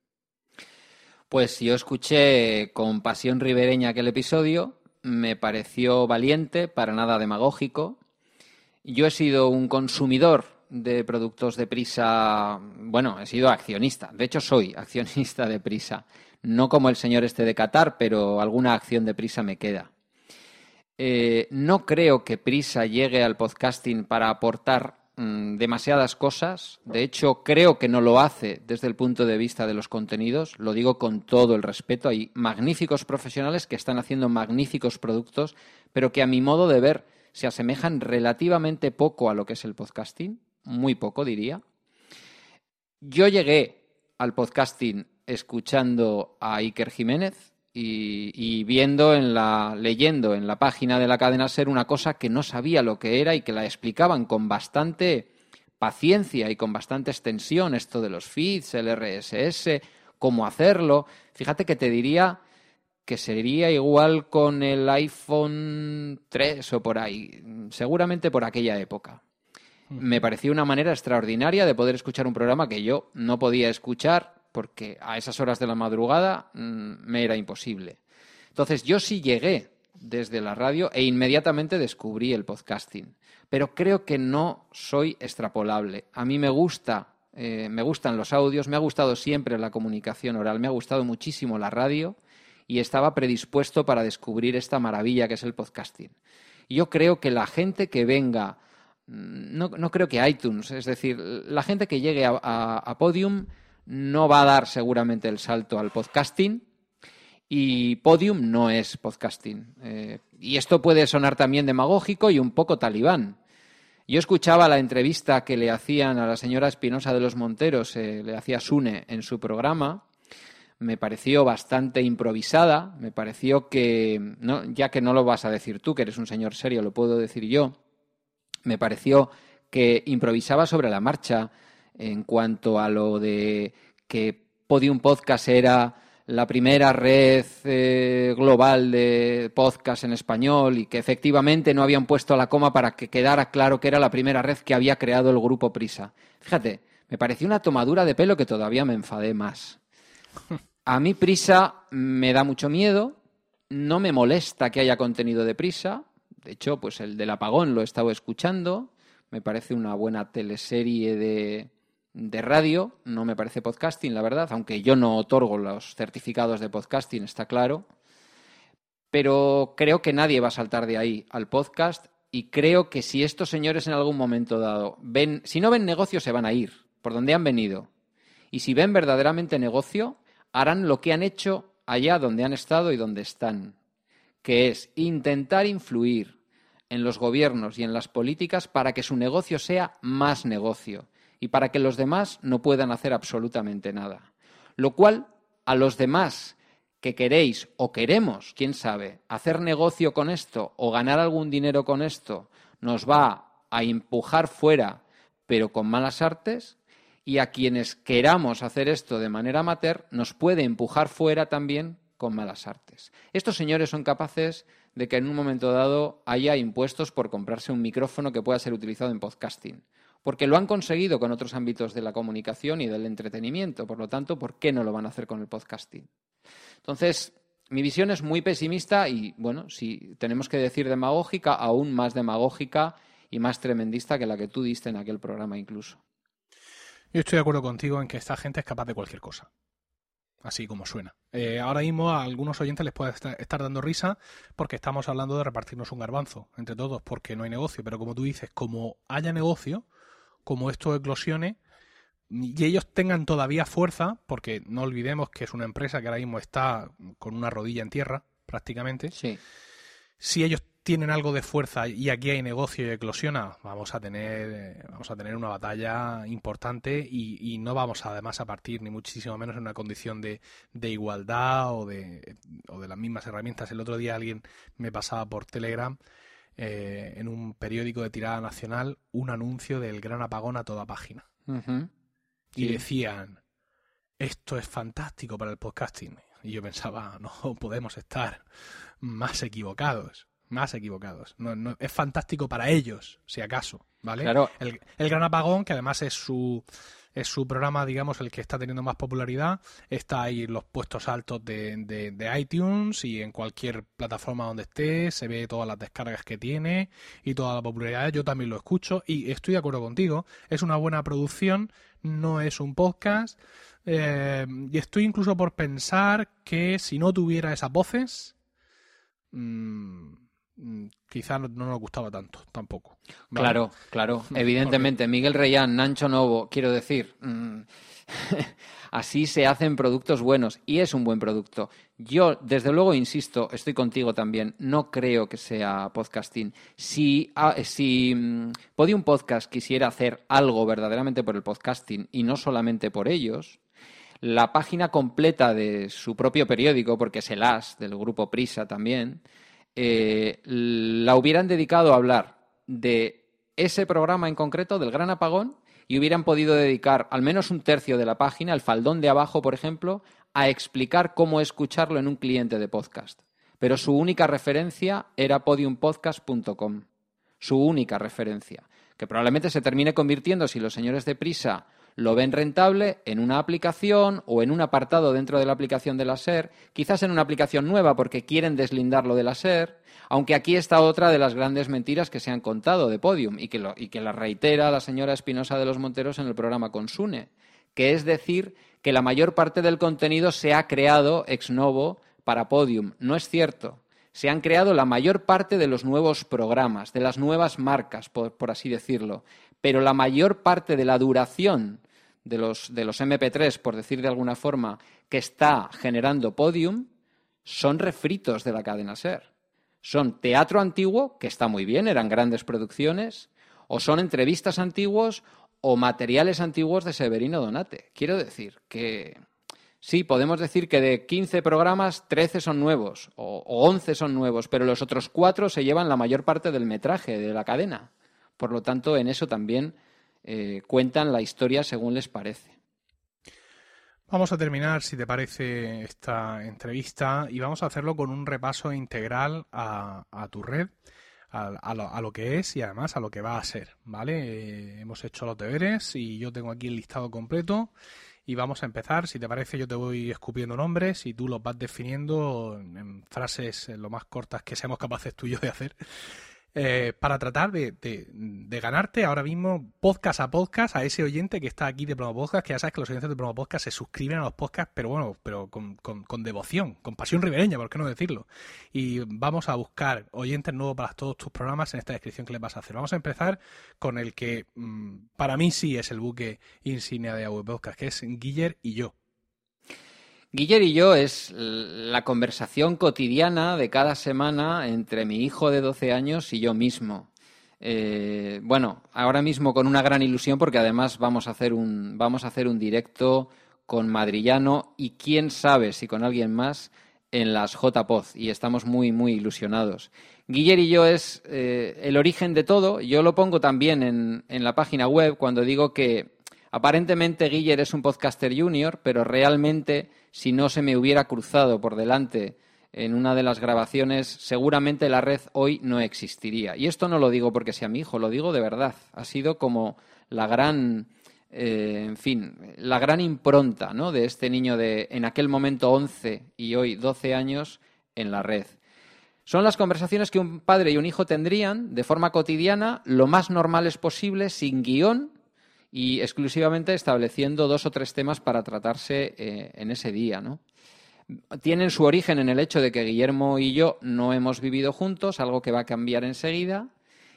Speaker 2: Pues yo escuché con pasión ribereña aquel episodio, me pareció valiente, para nada demagógico. Yo he sido un consumidor de productos de Prisa, bueno, he sido accionista, de hecho soy accionista de Prisa, no como el señor este de Qatar, pero alguna acción de Prisa me queda. Eh, no creo que Prisa llegue al podcasting para aportar mmm, demasiadas cosas, de hecho creo que no lo hace desde el punto de vista de los contenidos, lo digo con todo el respeto, hay magníficos profesionales que están haciendo magníficos productos, pero que a mi modo de ver se asemejan relativamente poco a lo que es el podcasting, muy poco diría. Yo llegué al podcasting escuchando a Iker Jiménez y, y viendo en la, leyendo en la página de la cadena SER una cosa que no sabía lo que era y que la explicaban con bastante paciencia y con bastante extensión, esto de los feeds, el R S S, cómo hacerlo. Fíjate que te diría que sería igual con el iPhone tres o por ahí, seguramente por aquella época. Me pareció una manera extraordinaria de poder escuchar un programa que yo no podía escuchar porque a esas horas de la madrugada mmm, me era imposible. Entonces yo sí llegué desde la radio e inmediatamente descubrí el podcasting, pero creo que no soy extrapolable. A mí me gusta, eh, me gustan los audios, me ha gustado siempre la comunicación oral, me ha gustado muchísimo la radio y estaba predispuesto para descubrir esta maravilla que es el podcasting. Yo creo que la gente que venga, no, no creo que iTunes, es decir, la gente que llegue a, a, a Podium no va a dar seguramente el salto al podcasting y Podium no es podcasting. Eh, y esto puede sonar también demagógico y un poco talibán. Yo escuchaba la entrevista que le hacían a la señora Espinosa de los Monteros, eh, le hacía Sune en su programa. Me pareció bastante improvisada, me pareció que, no, ya que no lo vas a decir tú, que eres un señor serio, lo puedo decir yo, me pareció que improvisaba sobre la marcha en cuanto a lo de que Podium Podcast era la primera red eh, global de podcast en español y que efectivamente no habían puesto la coma para que quedara claro que era la primera red que había creado el grupo Prisa. Fíjate, me pareció una tomadura de pelo que todavía me enfadé más. A mí Prisa me da mucho miedo, no me molesta que haya contenido de Prisa, de hecho, pues el del apagón lo he estado escuchando, me parece una buena teleserie de, de radio, no me parece podcasting, la verdad, aunque yo no otorgo los certificados de podcasting, está claro, pero creo que nadie va a saltar de ahí al podcast y creo que si estos señores en algún momento dado ven, si no ven negocio se van a ir, por donde han venido, y si ven verdaderamente negocio, harán lo que han hecho allá donde han estado y donde están, que es intentar influir en los gobiernos y en las políticas para que su negocio sea más negocio y para que los demás no puedan hacer absolutamente nada. Lo cual, a los demás que queréis o queremos, quién sabe, hacer negocio con esto o ganar algún dinero con esto, nos va a empujar fuera, pero con malas artes. Y a quienes queramos hacer esto de manera amateur, nos puede empujar fuera también con malas artes. Estos señores son capaces de que en un momento dado haya impuestos por comprarse un micrófono que pueda ser utilizado en podcasting, porque lo han conseguido con otros ámbitos de la comunicación y del entretenimiento. Por lo tanto, ¿por qué no lo van a hacer con el podcasting? Entonces, mi visión es muy pesimista y, bueno, si tenemos que decir demagógica, aún más demagógica y más tremendista que la que tú diste en aquel programa incluso.
Speaker 1: Yo estoy de acuerdo contigo en que esta gente es capaz de cualquier cosa. Así como suena. Eh, ahora mismo a algunos oyentes les puede estar dando risa porque estamos hablando de repartirnos un garbanzo entre todos porque no hay negocio. Pero como tú dices, como haya negocio, como esto eclosione y ellos tengan todavía fuerza, porque no olvidemos que es una empresa que ahora mismo está con una rodilla en tierra prácticamente.
Speaker 2: Sí.
Speaker 1: Si ellos tienen algo de fuerza y aquí hay negocio y eclosiona, vamos a tener vamos a tener una batalla importante y, y no vamos además a partir ni muchísimo menos en una condición de, de igualdad o de, o de las mismas herramientas. El otro día alguien me pasaba por Telegram eh, en un periódico de tirada nacional un anuncio del gran apagón a toda página.
Speaker 2: Uh-huh.
Speaker 1: Y
Speaker 2: sí.
Speaker 1: decían, esto es fantástico para el podcasting. Y yo pensaba, no podemos estar más equivocados. más equivocados. No, no, es fantástico para ellos, si acaso, ¿vale?
Speaker 2: Claro.
Speaker 1: El, el Gran Apagón, que además es su es su programa, digamos, el que está teniendo más popularidad, está ahí en los puestos altos de, de, de iTunes y en cualquier plataforma donde esté, se ve todas las descargas que tiene y toda la popularidad. Yo también lo escucho y estoy de acuerdo contigo. Es una buena producción, no es un podcast. Eh, y estoy incluso por pensar que si no tuviera esas voces, mmm, quizás no, no nos gustaba tanto tampoco, ¿vale?
Speaker 2: Claro, claro, evidentemente. Okay. Miguel Reyán, Nancho Novo, quiero decir, mmm, así se hacen productos buenos y es un buen producto. Yo, desde luego, insisto, estoy contigo también, no creo que sea podcasting. Si, ah, si um, Podium Podcast quisiera hacer algo verdaderamente por el podcasting y no solamente por ellos, la página completa de su propio periódico, porque es el As, del grupo Prisa también, eh, la hubieran dedicado a hablar de ese programa en concreto, del Gran Apagón, y hubieran podido dedicar al menos un tercio de la página, el faldón de abajo, por ejemplo, a explicar cómo escucharlo en un cliente de podcast. Pero su única referencia era podium podcast punto com. Su única referencia. Que probablemente se termine convirtiendo, si los señores de Prisa lo ven rentable, en una aplicación o en un apartado dentro de la aplicación de la SER, quizás en una aplicación nueva porque quieren deslindarlo de la SER, aunque aquí está otra de las grandes mentiras que se han contado de Podium y que, lo, y que la reitera la señora Espinosa de los Monteros en el programa Consune, que es decir que la mayor parte del contenido se ha creado ex novo para Podium. No es cierto. Se han creado la mayor parte de los nuevos programas, de las nuevas marcas, por, por así decirlo, pero la mayor parte de la duración de los, de los eme pe tres, por decir de alguna forma, que está generando Podium, son refritos de la cadena SER. Son teatro antiguo, que está muy bien, eran grandes producciones, o son entrevistas antiguos o materiales antiguos de Severino Donate. Quiero decir que sí, podemos decir que de quince programas, trece son nuevos o, o once son nuevos, pero los otros cuatro se llevan la mayor parte del metraje de la cadena. Por lo tanto, en eso también eh, cuentan la historia según les parece.
Speaker 1: Vamos a terminar, si te parece, esta entrevista y vamos a hacerlo con un repaso integral a, a tu red, a, a, lo, a lo que es y además a lo que va a ser, ¿vale? Eh, hemos hecho los deberes y yo tengo aquí el listado completo y vamos a empezar. Si te parece, yo te voy escupiendo nombres y tú los vas definiendo en, en frases lo más cortas que seamos capaces tú y yo de hacer. Eh, para tratar de, de, de ganarte ahora mismo podcast a podcast a ese oyente que está aquí de Promo Podcast, que ya sabes que los oyentes de Promo Podcast se suscriben a los podcasts, pero bueno, pero con, con, con devoción, con pasión ribereña, ¿por qué no decirlo? Y vamos a buscar oyentes nuevos para todos tus programas en esta descripción que les vas a hacer. Vamos a empezar con el que mmm, para mí sí es el buque insignia de A V Podcast, que es Guiller y yo.
Speaker 2: Guiller y yo es la conversación cotidiana de cada semana entre mi hijo de doce años y yo mismo. Eh, bueno, ahora mismo con una gran ilusión porque además vamos a hacer un, vamos a hacer un directo con Madrillano y quién sabe si con alguien más en las J P O Z y estamos muy, muy ilusionados. Guiller y yo es eh, el origen de todo. Yo lo pongo también en, en la página web cuando digo que aparentemente Guiller es un podcaster junior, pero realmente si no se me hubiera cruzado por delante en una de las grabaciones, seguramente la red hoy no existiría. Y esto no lo digo porque sea mi hijo, lo digo de verdad. Ha sido como la gran, eh, en fin, la gran impronta, ¿no?, de este niño de en aquel momento once y hoy doce años en la red. Son las conversaciones que un padre y un hijo tendrían de forma cotidiana, lo más normales posible, sin guión, y exclusivamente estableciendo dos o tres temas para tratarse eh, en ese día, ¿no? Tienen su origen en el hecho de que Guillermo y yo no hemos vivido juntos, algo que va a cambiar enseguida,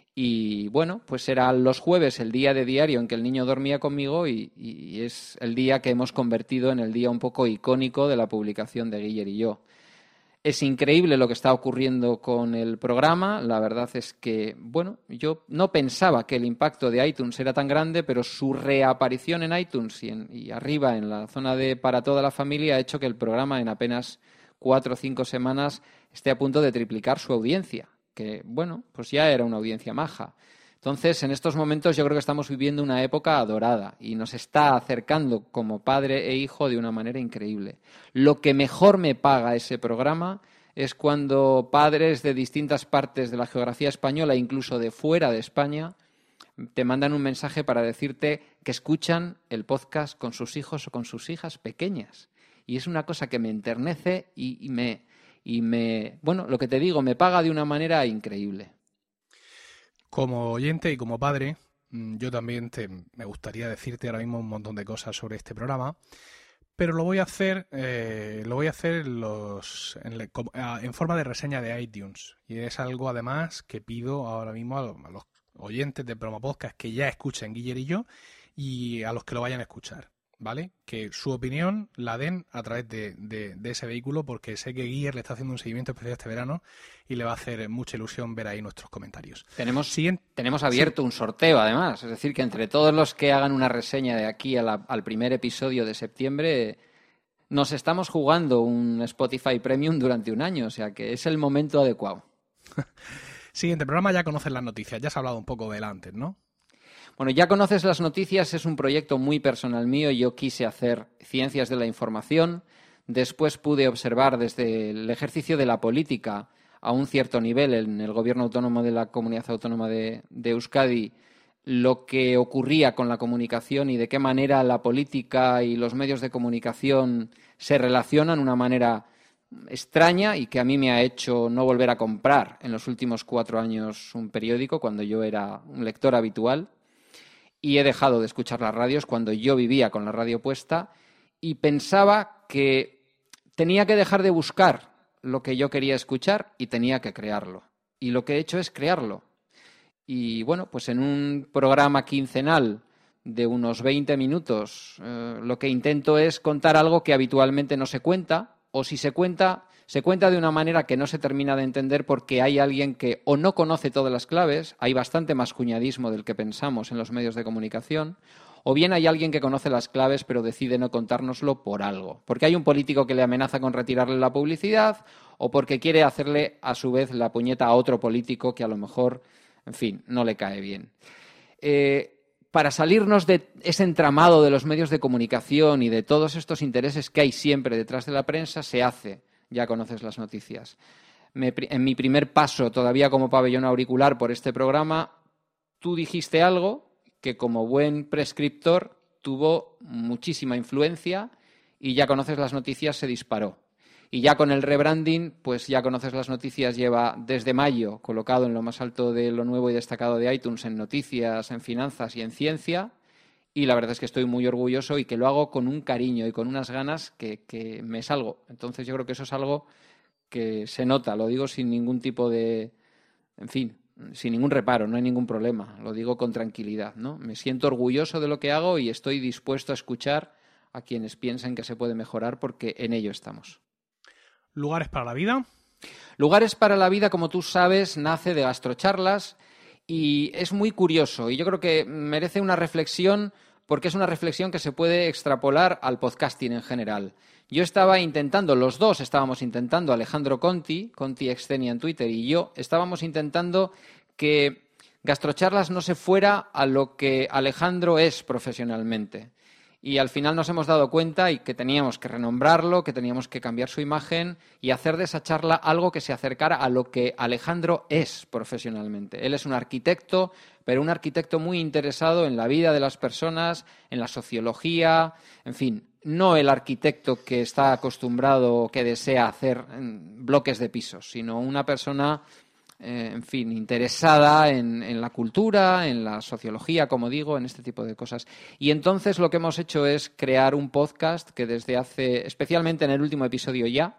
Speaker 2: y bueno, pues era los jueves el día de diario en que el niño dormía conmigo y, y es el día que hemos convertido en el día un poco icónico de la publicación de Guiller y yo. Es increíble lo que está ocurriendo con el programa. La verdad es que, bueno, yo no pensaba que el impacto de iTunes era tan grande, pero su reaparición en iTunes y, en, y arriba en la zona de para toda la familia ha hecho que el programa en apenas cuatro o cinco semanas esté a punto de triplicar su audiencia, que, bueno, pues ya era una audiencia maja. Entonces, en estos momentos yo creo que estamos viviendo una época dorada y nos está acercando como padre e hijo de una manera increíble. Lo que mejor me paga ese programa es cuando padres de distintas partes de la geografía española, incluso de fuera de España, te mandan un mensaje para decirte que escuchan el podcast con sus hijos o con sus hijas pequeñas. Y es una cosa que me enternece y, y me, y me, bueno, lo que te digo, me paga de una manera increíble.
Speaker 1: Como oyente y como padre, yo también te, me gustaría decirte ahora mismo un montón de cosas sobre este programa. Pero lo voy a hacer, eh, lo voy a hacer los, en, le, en forma de reseña de iTunes. Y es algo, además, que pido ahora mismo a los, a los oyentes de Promo Podcast que ya escuchen Guillerillo y a los que lo vayan a escuchar, ¿vale? Que su opinión la den a través de, de, de ese vehículo, porque sé que Guiller le está haciendo un seguimiento especial este verano y le va a hacer mucha ilusión ver ahí nuestros comentarios.
Speaker 2: Tenemos,
Speaker 1: Siguiente.
Speaker 2: tenemos abierto sí. un sorteo, además. Es decir, que entre todos los que hagan una reseña de aquí a la, al primer episodio de septiembre, nos estamos jugando un Spotify Premium durante un año. O sea que es el momento adecuado.
Speaker 1: Siguiente programa, ya conoces las noticias. Ya has hablado un poco de él antes, ¿no?
Speaker 2: Bueno, Ya conoces las noticias, es un proyecto muy personal mío. Yo quise hacer ciencias de la información. Después pude observar desde el ejercicio de la política a un cierto nivel en el gobierno autónomo de la Comunidad Autónoma de, de Euskadi lo que ocurría con la comunicación y de qué manera la política y los medios de comunicación se relacionan de una manera extraña y que a mí me ha hecho no volver a comprar en los últimos cuatro años un periódico cuando yo era un lector habitual. Y he dejado de escuchar las radios cuando yo vivía con la radio puesta y pensaba que tenía que dejar de buscar lo que yo quería escuchar y tenía que crearlo. Y lo que he hecho es crearlo. Y bueno, pues en un programa quincenal de unos veinte minutos, eh, lo que intento es contar algo que habitualmente no se cuenta, o si se cuenta, se cuenta de una manera que no se termina de entender porque hay alguien que o no conoce todas las claves, hay bastante más cuñadismo del que pensamos en los medios de comunicación, o bien hay alguien que conoce las claves pero decide no contárnoslo por algo, porque hay un político que le amenaza con retirarle la publicidad o porque quiere hacerle a su vez la puñeta a otro político que a lo mejor, en fin, no le cae bien. Eh, para salirnos de ese entramado de los medios de comunicación y de todos estos intereses que hay siempre detrás de la prensa, se hace Ya conoces las noticias. Me, en mi primer paso, todavía como pabellón auricular por este programa, tú dijiste algo que como buen prescriptor tuvo muchísima influencia y Ya conoces las noticias se disparó. Y ya con el rebranding, pues Ya conoces las noticias lleva desde mayo colocado en lo más alto de lo nuevo y destacado de iTunes en noticias, en finanzas y en ciencia. Y la verdad es que estoy muy orgulloso y que lo hago con un cariño y con unas ganas que, que me salgo. Entonces yo creo que eso es algo que se nota, lo digo sin ningún tipo de, en fin, sin ningún reparo, no hay ningún problema, lo digo con tranquilidad, ¿no? Me siento orgulloso de lo que hago y estoy dispuesto a escuchar a quienes piensen que se puede mejorar porque en ello estamos.
Speaker 1: ¿Lugares para la vida?
Speaker 2: Lugares para la vida, como tú sabes, nace de Gastrocharlas. Y es muy curioso y yo creo que merece una reflexión porque es una reflexión que se puede extrapolar al podcasting en general. Yo estaba intentando, los dos estábamos intentando, Alejandro Conti, Conti Extenia en Twitter y yo, estábamos intentando que Gastrocharlas no se fuera a lo que Alejandro es profesionalmente. Y al final nos hemos dado cuenta y que teníamos que renombrarlo, que teníamos que cambiar su imagen y hacer de esa charla algo que se acercara a lo que Alejandro es profesionalmente. Él es un arquitecto, pero un arquitecto muy interesado en la vida de las personas, en la sociología, en fin, no el arquitecto que está acostumbrado o que desea hacer bloques de pisos, sino una persona Eh, en fin, interesada en, en la cultura, en la sociología, como digo, en este tipo de cosas. Y entonces lo que hemos hecho es crear un podcast que desde hace, especialmente en el último episodio ya,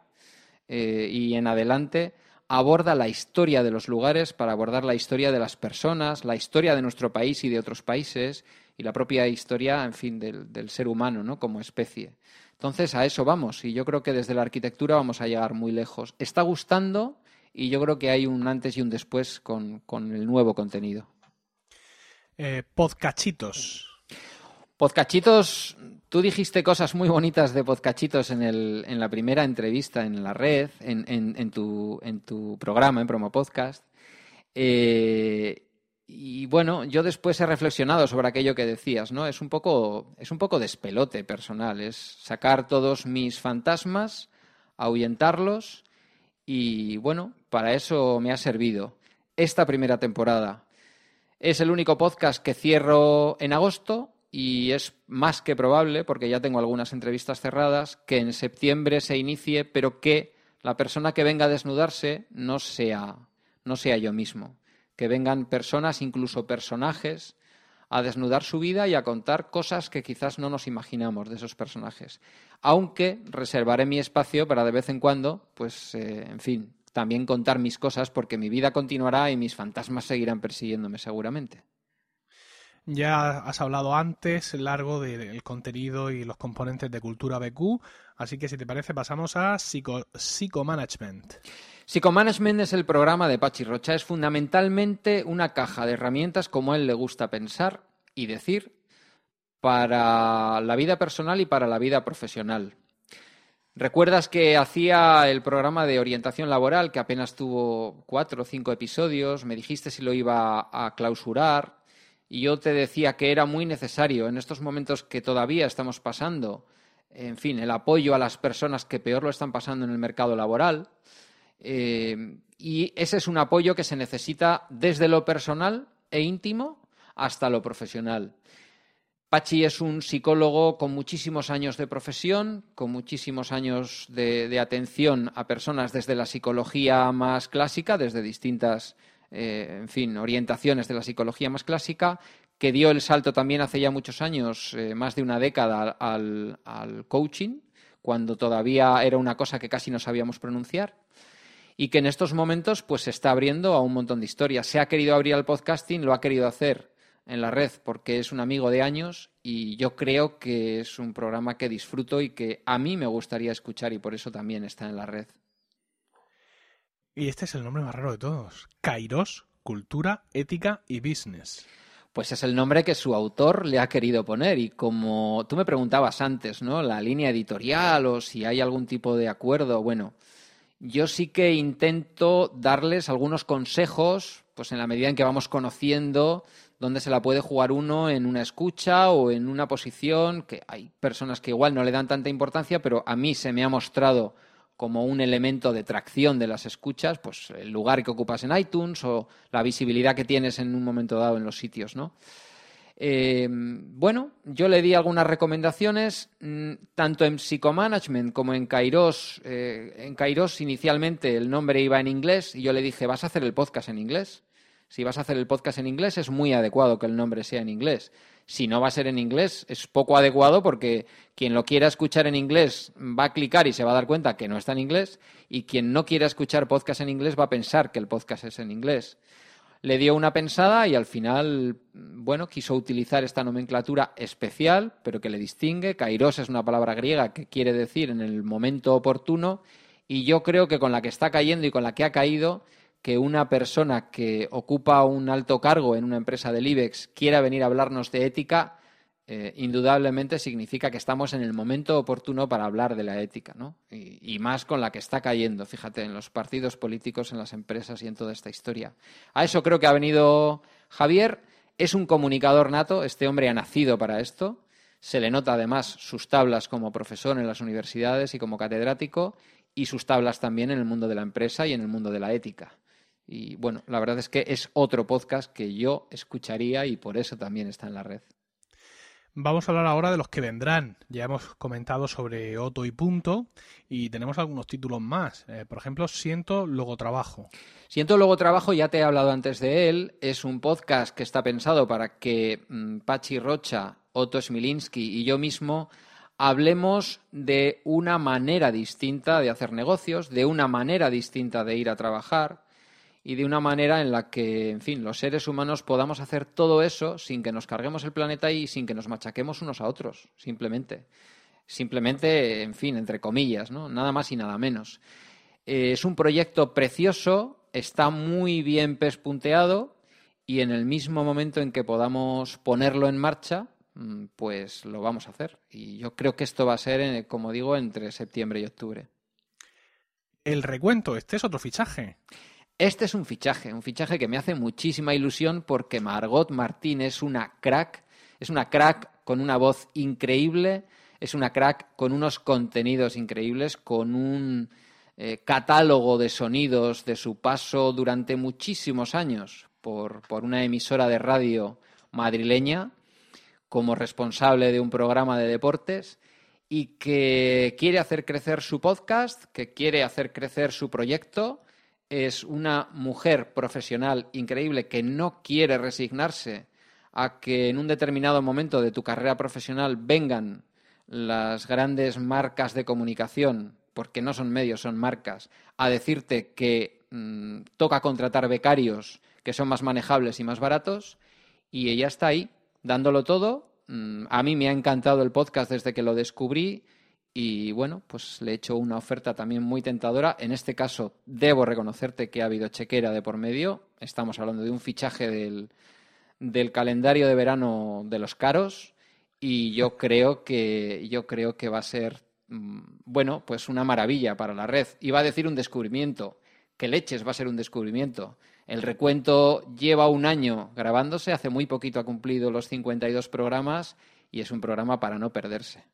Speaker 2: eh, y en adelante, aborda la historia de los lugares para abordar la historia de las personas, la historia de nuestro país y de otros países, y la propia historia, en fin, del, del ser humano, ¿no?, como especie. Entonces, a eso vamos, y yo creo que desde la arquitectura vamos a llegar muy lejos. Está gustando. Y yo creo que hay un antes y un después con, con el nuevo contenido.
Speaker 1: Eh, podcachitos.
Speaker 2: Podcachitos, tú dijiste cosas muy bonitas de podcachitos en, el, en la primera entrevista en la red, en, en, en, tu, en tu programa, en Promo Podcast. Eh, y bueno, yo después he reflexionado sobre aquello que decías, ¿no? Es un poco, es un poco despelote personal, es sacar todos mis fantasmas, ahuyentarlos Y bueno, para eso me ha servido esta primera temporada. Es el único podcast que cierro en agosto y es más que probable, porque ya tengo algunas entrevistas cerradas, que en septiembre se inicie, pero que la persona que venga a desnudarse no sea, no sea yo mismo. Que vengan personas, incluso personajes, a desnudar su vida y a contar cosas que quizás no nos imaginamos de esos personajes. Aunque reservaré mi espacio para de vez en cuando, pues, eh, en fin, también contar mis cosas, porque mi vida continuará y mis fantasmas seguirán persiguiéndome seguramente.
Speaker 1: Ya has hablado antes largo del contenido y los componentes de Cultura B Q, así que si te parece pasamos a Psico, Psicomanagement.
Speaker 2: Psicomanagement es el programa de Patxi Rocha. Es fundamentalmente una caja de herramientas, como a él le gusta pensar y decir, para la vida personal y para la vida profesional. ¿Recuerdas que hacía el programa de orientación laboral, que apenas tuvo cuatro o cinco episodios? Me dijiste si lo iba a clausurar y yo te decía que era muy necesario en estos momentos que todavía estamos pasando, en fin, el apoyo a las personas que peor lo están pasando en el mercado laboral. Eh, y ese es un apoyo que se necesita desde lo personal e íntimo hasta lo profesional. Patxi es un psicólogo con muchísimos años de profesión, con muchísimos años de, de atención a personas desde la psicología más clásica, desde distintas, eh, en fin, orientaciones de la psicología más clásica, que dio el salto también hace ya muchos años, eh, más de una década, al, al coaching, cuando todavía era una cosa que casi no sabíamos pronunciar. Y que en estos momentos pues se está abriendo a un montón de historias. Se ha querido abrir al podcasting, lo ha querido hacer en la red porque es un amigo de años y yo creo que es un programa que disfruto y que a mí me gustaría escuchar y por eso también está en la red.
Speaker 1: Y este es el nombre más raro de todos. Kairos, Cultura, Ética y Business.
Speaker 2: Pues es el nombre que su autor le ha querido poner y como tú me preguntabas antes, ¿no? La línea editorial o si hay algún tipo de acuerdo, bueno, yo sí que intento darles algunos consejos, pues en la medida en que vamos conociendo dónde se la puede jugar uno en una escucha o en una posición, que hay personas que igual no le dan tanta importancia, pero a mí se me ha mostrado como un elemento de tracción de las escuchas, pues el lugar que ocupas en iTunes o la visibilidad que tienes en un momento dado en los sitios, ¿no? Eh, bueno, yo le di algunas recomendaciones, mmm, tanto en Psicomanagement como en Kairos. Eh, en Kairos inicialmente el nombre iba en inglés y yo le dije, ¿vas a hacer el podcast en inglés? Si vas a hacer el podcast en inglés es muy adecuado que el nombre sea en inglés. Si no va a ser en inglés es poco adecuado porque quien lo quiera escuchar en inglés va a clicar y se va a dar cuenta que no está en inglés y quien no quiera escuchar podcast en inglés va a pensar que el podcast es en inglés. Le dio una pensada y al final, bueno, quiso utilizar esta nomenclatura especial, pero que le distingue. Kairos es una palabra griega que quiere decir en el momento oportuno y yo creo que con la que está cayendo y con la que ha caído, que una persona que ocupa un alto cargo en una empresa del IBEX quiera venir a hablarnos de ética, eh, indudablemente significa que estamos en el momento oportuno para hablar de la ética, ¿no? Y, y más con la que está cayendo, fíjate, en los partidos políticos, en las empresas y en toda esta historia. A eso creo que ha venido Javier. Es un comunicador nato, este hombre ha nacido para esto. Se le nota además sus tablas como profesor en las universidades y como catedrático y sus tablas también en el mundo de la empresa y en el mundo de la ética. Y bueno, la verdad es que es otro podcast que yo escucharía y por eso también está en la red.
Speaker 1: Vamos a hablar ahora de los que vendrán. Ya hemos comentado sobre Otto y Punto y tenemos algunos títulos más. Eh, por ejemplo, Siento Logotrabajo.
Speaker 2: Siento Logotrabajo, ya te he hablado antes de él. Es un podcast que está pensado para que mmm, Patxi Rocha, Otto Smilinski y yo mismo hablemos de una manera distinta de hacer negocios, de una manera distinta de ir a trabajar y de una manera en la que, en fin, los seres humanos podamos hacer todo eso sin que nos carguemos el planeta y sin que nos machaquemos unos a otros, simplemente. Simplemente, en fin, entre comillas, ¿no? Nada más y nada menos. Eh, es un proyecto precioso, está muy bien pespunteado y en el mismo momento en que podamos ponerlo en marcha, pues lo vamos a hacer. Y yo creo que esto va a ser, como digo, entre septiembre y octubre.
Speaker 1: El recuento, este es otro fichaje.
Speaker 2: Este es un fichaje, un fichaje que me hace muchísima ilusión porque Margot Martín es una crack, es una crack con una voz increíble, es una crack con unos contenidos increíbles, con un eh, catálogo de sonidos de su paso durante muchísimos años por, por una emisora de radio madrileña como responsable de un programa de deportes y que quiere hacer crecer su podcast, que quiere hacer crecer su proyecto. Es una mujer profesional increíble que no quiere resignarse a que en un determinado momento de tu carrera profesional vengan las grandes marcas de comunicación, porque no son medios, son marcas, a decirte que mmm, toca contratar becarios que son más manejables y más baratos, y ella está ahí, dándolo todo. Mm, a mí me ha encantado el podcast desde que lo descubrí y, bueno, pues le he hecho una oferta también muy tentadora. En este caso, debo reconocerte que ha habido chequera de por medio. Estamos hablando de un fichaje del, del calendario de verano de los caros y yo creo que, yo creo que va a ser, bueno, pues una maravilla para la red. Iba a decir un descubrimiento, que leches va a ser un descubrimiento. El recuento lleva un año grabándose, hace muy poquito ha cumplido los cincuenta y dos programas y es un programa para no perderse.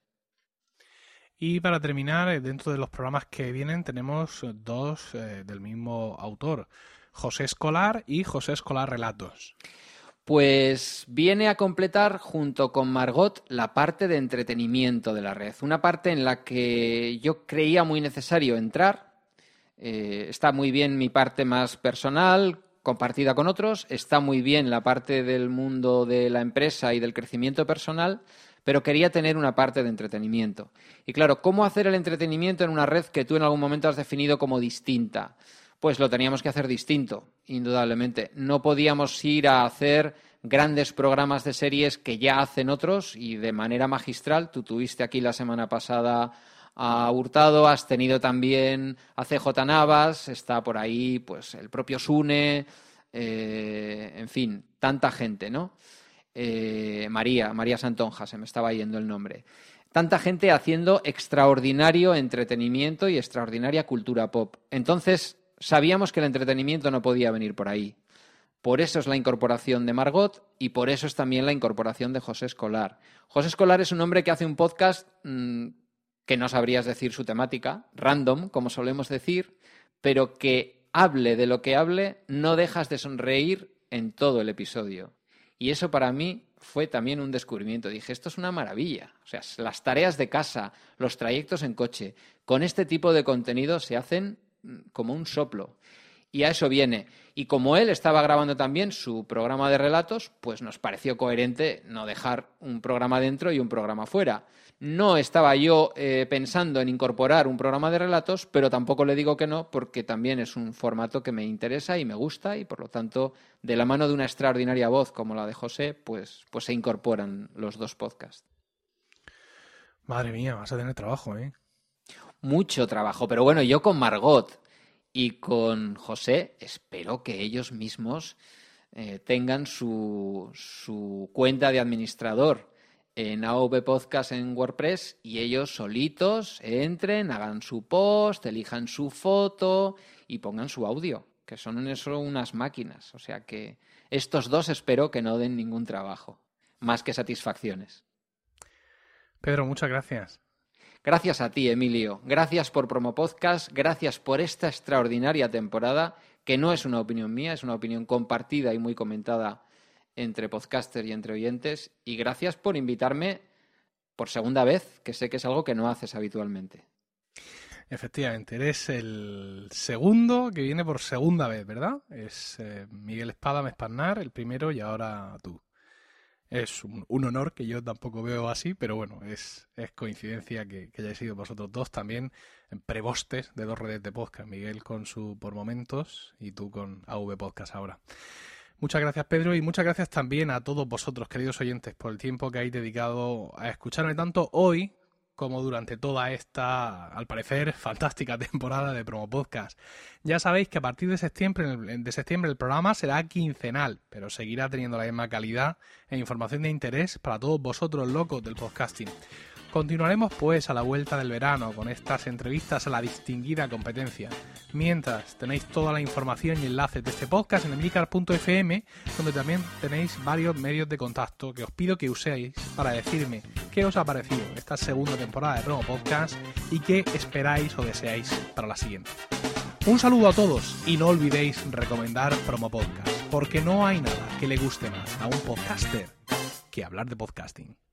Speaker 1: Y para terminar, dentro de los programas que vienen tenemos dos eh, del mismo autor, José Escolar y José Escolar Relatos.
Speaker 2: Pues viene a completar junto con Margot la parte de entretenimiento de la red, una parte en la que yo creía muy necesario entrar. Eh, está muy bien mi parte más personal, compartida con otros, está muy bien la parte del mundo de la empresa y del crecimiento personal, pero quería tener una parte de entretenimiento. Y claro, ¿cómo hacer el entretenimiento en una red que tú en algún momento has definido como distinta? Pues lo teníamos que hacer distinto, indudablemente. No podíamos ir a hacer grandes programas de series que ya hacen otros y de manera magistral. Tú tuviste aquí la semana pasada a Hurtado, has tenido también a C J Navas, está por ahí pues el propio Sune, eh, en fin, tanta gente, ¿no? Eh, María, María Santonja, se me estaba yendo el nombre. Tanta gente haciendo extraordinario entretenimiento y extraordinaria cultura pop. Entonces, sabíamos que el entretenimiento no podía venir por ahí. Por eso es la incorporación de Margot y por eso es también la incorporación de José Escolar. José Escolar es un hombre que hace un podcast mmm, que no sabrías decir su temática, random, como solemos decir, pero que hable de lo que hable, no dejas de sonreír en todo el episodio. Y eso para mí fue también un descubrimiento. Dije, esto es una maravilla. O sea, las tareas de casa, los trayectos en coche, con este tipo de contenido se hacen como un soplo. Y a eso viene. Y como él estaba grabando también su programa de relatos, pues nos pareció coherente no dejar un programa dentro y un programa fuera. No estaba yo eh, pensando en incorporar un programa de relatos, pero tampoco le digo que no, porque también es un formato que me interesa y me gusta y, por lo tanto, de la mano de una extraordinaria voz como la de José, pues, pues se incorporan los dos podcasts.
Speaker 1: Madre mía, vas a tener trabajo, ¿eh?
Speaker 2: Mucho trabajo, pero bueno, yo con Margot y con José espero que ellos mismos eh, tengan su, su cuenta de administrador en A V Podcast en WordPress y ellos solitos entren, hagan su post, elijan su foto y pongan su audio, que son en eso unas máquinas. O sea que estos dos espero que no den ningún trabajo, más que satisfacciones.
Speaker 1: Pedro, muchas gracias.
Speaker 2: Gracias a ti, Emilio. Gracias por Promo Podcast, gracias por esta extraordinaria temporada, que no es una opinión mía, es una opinión compartida y muy comentada entre podcasters y entre oyentes, y gracias por invitarme por segunda vez, que sé que es algo que no haces habitualmente.
Speaker 1: Efectivamente, eres el segundo que viene por segunda vez, ¿verdad? Es eh, Miguel Espada Mesparnar, el primero, y ahora tú. Es un, un honor que yo tampoco veo así, pero bueno, es, es coincidencia que, que hayáis sido vosotros dos también prebostes de dos redes de podcast, Miguel con su Por Momentos y tú con A V Podcast ahora. Muchas gracias, Pedro, y muchas gracias también a todos vosotros, queridos oyentes, por el tiempo que habéis dedicado a escucharme tanto hoy como durante toda esta, al parecer, fantástica temporada de Promo Podcast. Ya sabéis que a partir de septiembre, de septiembre el programa será quincenal, pero seguirá teniendo la misma calidad e información de interés para todos vosotros locos del podcasting. Continuaremos pues a la vuelta del verano con estas entrevistas a la distinguida competencia. Mientras, tenéis toda la información y enlaces de este podcast en emilcar punto efe eme, donde también tenéis varios medios de contacto que os pido que uséis para decirme qué os ha parecido esta segunda temporada de Promo Podcast y qué esperáis o deseáis para la siguiente. Un saludo a todos y no olvidéis recomendar Promo Podcast, porque no hay nada que le guste más a un podcaster que hablar de podcasting.